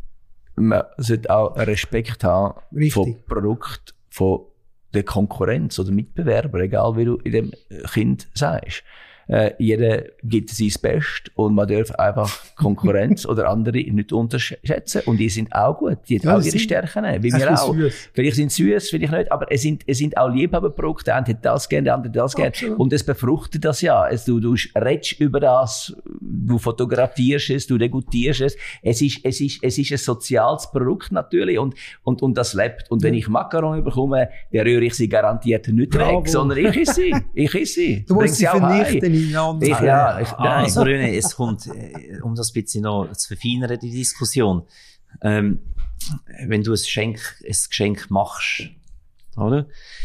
man sollte auch Respekt haben Richtig. Vor Produkt, von der Konkurrenz oder Mitbewerber, egal wie du in dem Kind sagst. Äh, jeder gibt sein Bestes und man darf einfach Konkurrenz oder andere nicht unterschätzen. Und die sind auch gut. Die haben ja, auch ihre Stärken, wie wir auch. Süß. Vielleicht sind sie süß, vielleicht nicht, aber es sind, es sind auch Liebhaberprodukte. Der eine hat das gerne, der andere das gerne. Und es befruchtet das ja. Es, du, du redest über das, du fotografierst es, du degustierst es. Es ist, es ist, es ist ein soziales Produkt natürlich und, und, und das lebt. Und wenn ich Macaron bekomme, dann rühre ich sie garantiert nicht weg, sondern ich isse sie. Ich isse sie. Du musst sie vernichten. Ich, ja, ich, ah, also René, es kommt, um das ein bisschen noch zu verfeinern, die Diskussion. Ähm, wenn du ein Geschenk, ein Geschenk machst, oder?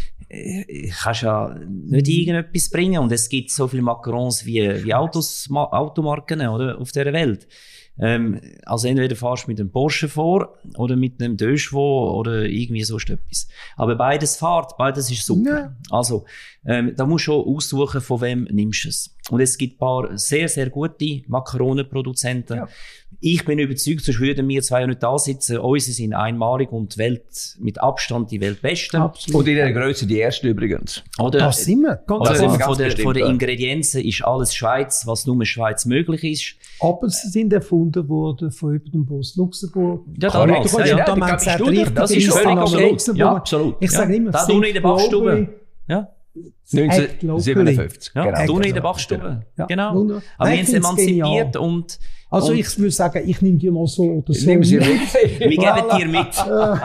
Kannst ja nicht irgendetwas bringen. Und es gibt so viele Macarons wie, wie Autos, Ma- Automarken, oder? Auf dieser Welt. Ähm, also entweder fährst du mit einem Porsche vor oder mit einem Döschwo oder irgendwie so etwas. Aber beides fährt, beides ist super. Ja. Also, ähm, da musst du schon aussuchen, von wem nimmst du es. Und es gibt ein paar sehr, sehr gute Makaronenproduzenten. Ja. Ich bin überzeugt, sonst würden wir zwei ja nicht da sitzen. Unsere sind einmalig und die Welt, mit Abstand die Weltbesten. Absolut. Und in der Größe die ersten übrigens. Oder, das sind wir. Ganz oder ganz von, der, von den Ingredienzen ist alles Schweiz, was nur in Schweiz möglich ist. Aber sie sind erfunden worden von über dem Boss Luxemburg. Ja, damals. Ja, ja, da man sagt, richtig, das ist völlig okay. Ja, absolut. Ich sage ja. immer, da unten in der Backstube. Ja. neunzehnhundertsiebenundfünfzig. Ja, genau. Tunnel in der Bachstube. Ja. Genau. Wunderbar. Aber Nein, wir ich haben es find's genial. emanzipiert und, Also und ich würde sagen, ich nehme die mal so oder so. Nehmen Sie mit. mit. wir geben dir mit.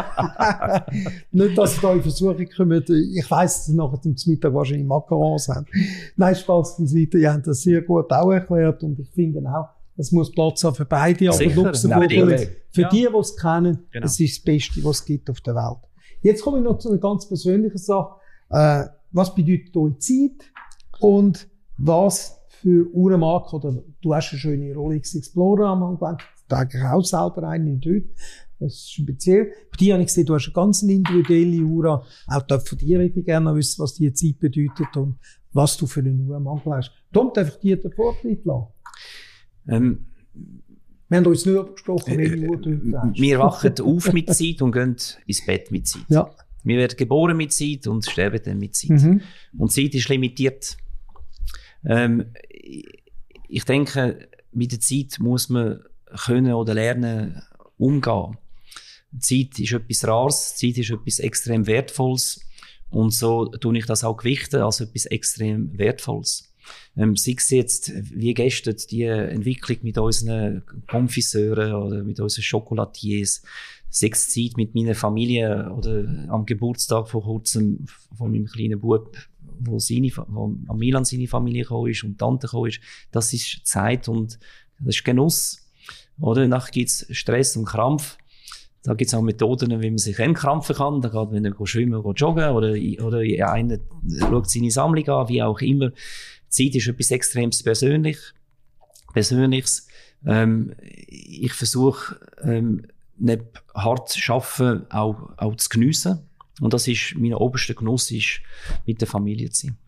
Nicht, dass ich da in Versuchung komme. Ich weiss, dass Sie nachher zum Mittag wahrscheinlich Macarons haben. Nein, Spaß beiseite. Die haben das sehr gut auch erklärt und ich finde auch, es muss Platz haben für beide. Aber Sicher, Luxemburg, unbedingt. für Ja. die, die es kennen, Genau. es ist das Beste, was es gibt auf der Welt. Jetzt komme ich noch zu einer ganz persönlichen Sache. Äh, was bedeutet euch Zeit und was für Uhrenmarke, oder du hast eine schöne Rolex Explorer am Anfang, da habe ich auch selber einen in Deutsch. Das ist speziell. Bei dir habe ich gesehen, du hast eine ganz individuelle Uhr. Auch dort von dir würde ich gerne wissen, was die Zeit bedeutet und was du für eine Uhrenmarke hast. Darum darf ich dir den Vortritt lassen. Ähm, Wir haben uns nicht abgesprochen, welche Uhr du hast. wir wachen auf mit Zeit und gehen ins Bett mit Zeit. Ja. Wir werden geboren mit Zeit und sterben dann mit Zeit. Mhm. Und Zeit ist limitiert. Ähm, ich denke, mit der Zeit muss man können oder lernen umgehen. Zeit ist etwas Rares, Zeit ist etwas extrem Wertvolles und so tue ich das auch gewichten als etwas extrem Wertvolles. Ähm, sei es jetzt, wie gestern, die Entwicklung mit unseren Konfiseuren oder mit unseren Chocolatiers, sei es Zeit mit meiner Familie oder am Geburtstag vor kurzem von meinem kleinen Bub, wo, seine, wo am Milan seine Familie gekommen ist und die Tante gekommen ist, das ist Zeit und das ist Genuss. Oder? Nachher gibt's Stress und Krampf. Da gibt's auch Methoden, wie man sich entkrampfen kann. Da geht man nicht schwimmen, geht joggen oder, oder einer schaut seine Sammlung an, wie auch immer. Zeit ist etwas extrem persönlich, Persönliches. Ähm, ich versuche, ähm, nicht hart zu arbeiten, auch, auch zu geniessen. Und das ist, mein oberster Genuss ist, mit der Familie zu sein.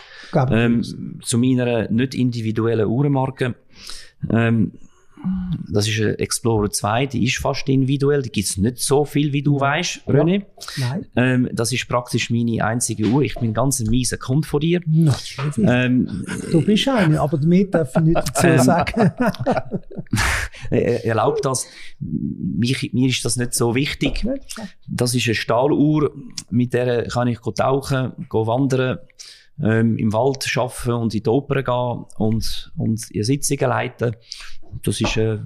Ähm, zu meiner nicht individuellen Uhrenmarke. Ähm, das ist eine Explorer zwei, die ist fast individuell, die gibt's nicht so viel, wie du ja. weißt, René. Nein. Ähm, das ist praktisch meine einzige Uhr. Ich bin ganz ein mieser Kunde von dir. No, das ist nicht ähm, du bist eine, aber damit darf ich nicht dazu ähm, sagen. Erlaubt das. Mich, mir ist das nicht so wichtig. Das ist eine Stahluhr, mit der kann ich tauchen, wandern, ähm, im Wald arbeiten und in die Oper gehen und, und in Sitzungen leiten. Das ist äh,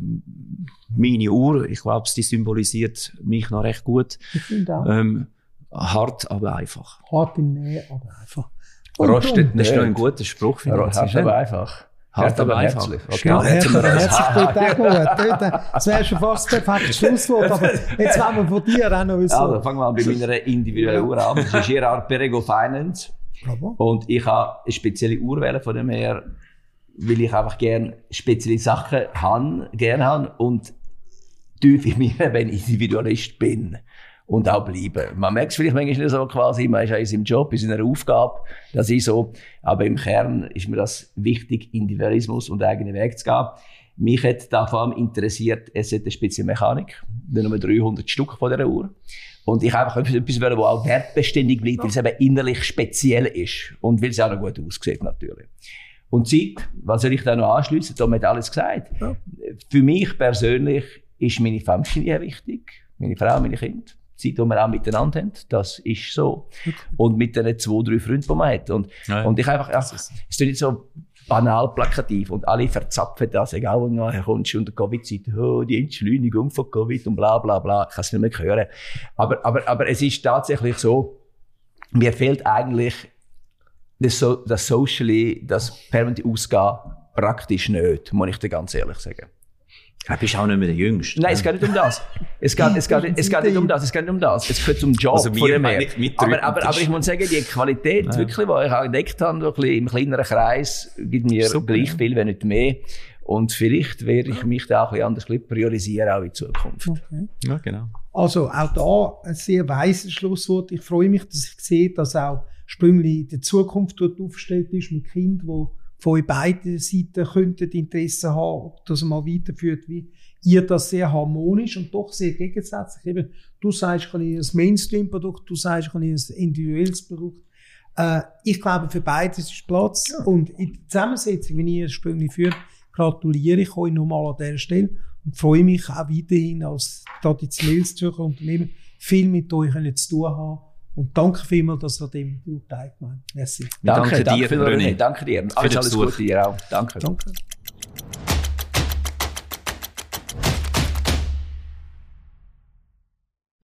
meine Uhr. Ich glaube, die symbolisiert mich noch recht gut. Ich finde auch. Ähm, hart, aber einfach. Hart im Nähe, aber einfach. Rostet Das ist nicht. noch ein guter Spruch. Finde Ja, hart, aber einfach. Hart, aber einfach. herzlich. Okay. Ja, Herzlich. herzlich, herzlich gut, auch gut. Das wäre schon fast das perfekte Schlusswort, aber jetzt wollen wir von dir auch noch wissen. Also, fangen wir an bei meiner individuellen Uhr an. Das ist Gerard Perego Finance. Bravo. Und ich habe eine spezielle Uhr wählen von dem her, weil ich einfach gerne spezielle Sachen habe, gerne habe und tief in mir, wenn ich Individualist bin und auch bleibe. Man merkt es vielleicht manchmal nicht so quasi, man ist ja in seinem Job, in seiner Aufgabe, das ist so, aber im Kern ist mir das wichtig, Individualismus und eigenen Weg zu gehen. Mich hat da vor allem interessiert, es hat eine spezielle Mechanik, nur dreihundert Stück von dieser Uhr. Und ich habe einfach etwas wollen, das auch wertbeständig bleibt, weil es eben innerlich speziell ist und weil es auch noch gut aussieht natürlich. Und Zeit, was soll ich da noch anschliessen? Tom hat alles gesagt. Ja. Für mich persönlich ist meine Familie wichtig, meine Frau, meine Kinder. Die Zeit, die wir auch miteinander haben, das ist so. Okay. Und mit den zwei, drei Freunden, die man hat. Und, ja. und ich einfach, ja, es ist nicht so banal plakativ und alle verzapfen das, egal wo du nachher kommst unter Covid-Zeit, oh, die Entschleunigung von Covid und bla bla bla, ich kann es nicht mehr hören. Aber, aber, aber es ist tatsächlich so, mir fehlt eigentlich das, so, das Socially, das permanente Ausgehen praktisch nicht, muss ich dir ganz ehrlich sagen. Du bist auch nicht mehr der Jüngste. Nein, es geht nicht um das. Es geht, es geht, es geht nicht um das. Es geht nicht um das. Es geht um den Job. Also mir mit, mit aber, aber, aber ich muss sagen, die Qualität, ja. wirklich, die ich auch entdeckt habe, ein bisschen im kleineren Kreis, gibt mir Super, gleich ja. viel, wenn nicht mehr. Und vielleicht werde ich mich da auch ein bisschen anders priorisieren, auch in Zukunft. Okay. Ja, genau. Also auch da ein sehr weises Schlusswort. Ich freue mich, dass ich sehe, dass auch Sprüngli in der Zukunft dort aufgestellt ist mit Kindern, die von euch beiden Seiten könnten Interesse haben, dass er mal weiterführt, wie ihr das sehr harmonisch und doch sehr gegensätzlich. Eben, du sagst ein Mainstream-Produkt, du sagst ein individuelles Produkt. Äh, ich glaube, für beides ist Platz. Ja. Und in der Zusammensetzung, wenn ihr das Sprüngli führt, gratuliere ich euch nochmal an dieser Stelle und freue mich auch weiterhin als traditionelles Zürcher Unternehmen viel mit euch zu tun haben Und danke vielmals, dass ihr dem teilgenommen habt. Merci. Danke, danke danke dir, dir, René. Danke dir. Alles, alles Gute dir auch. Danke. Danke.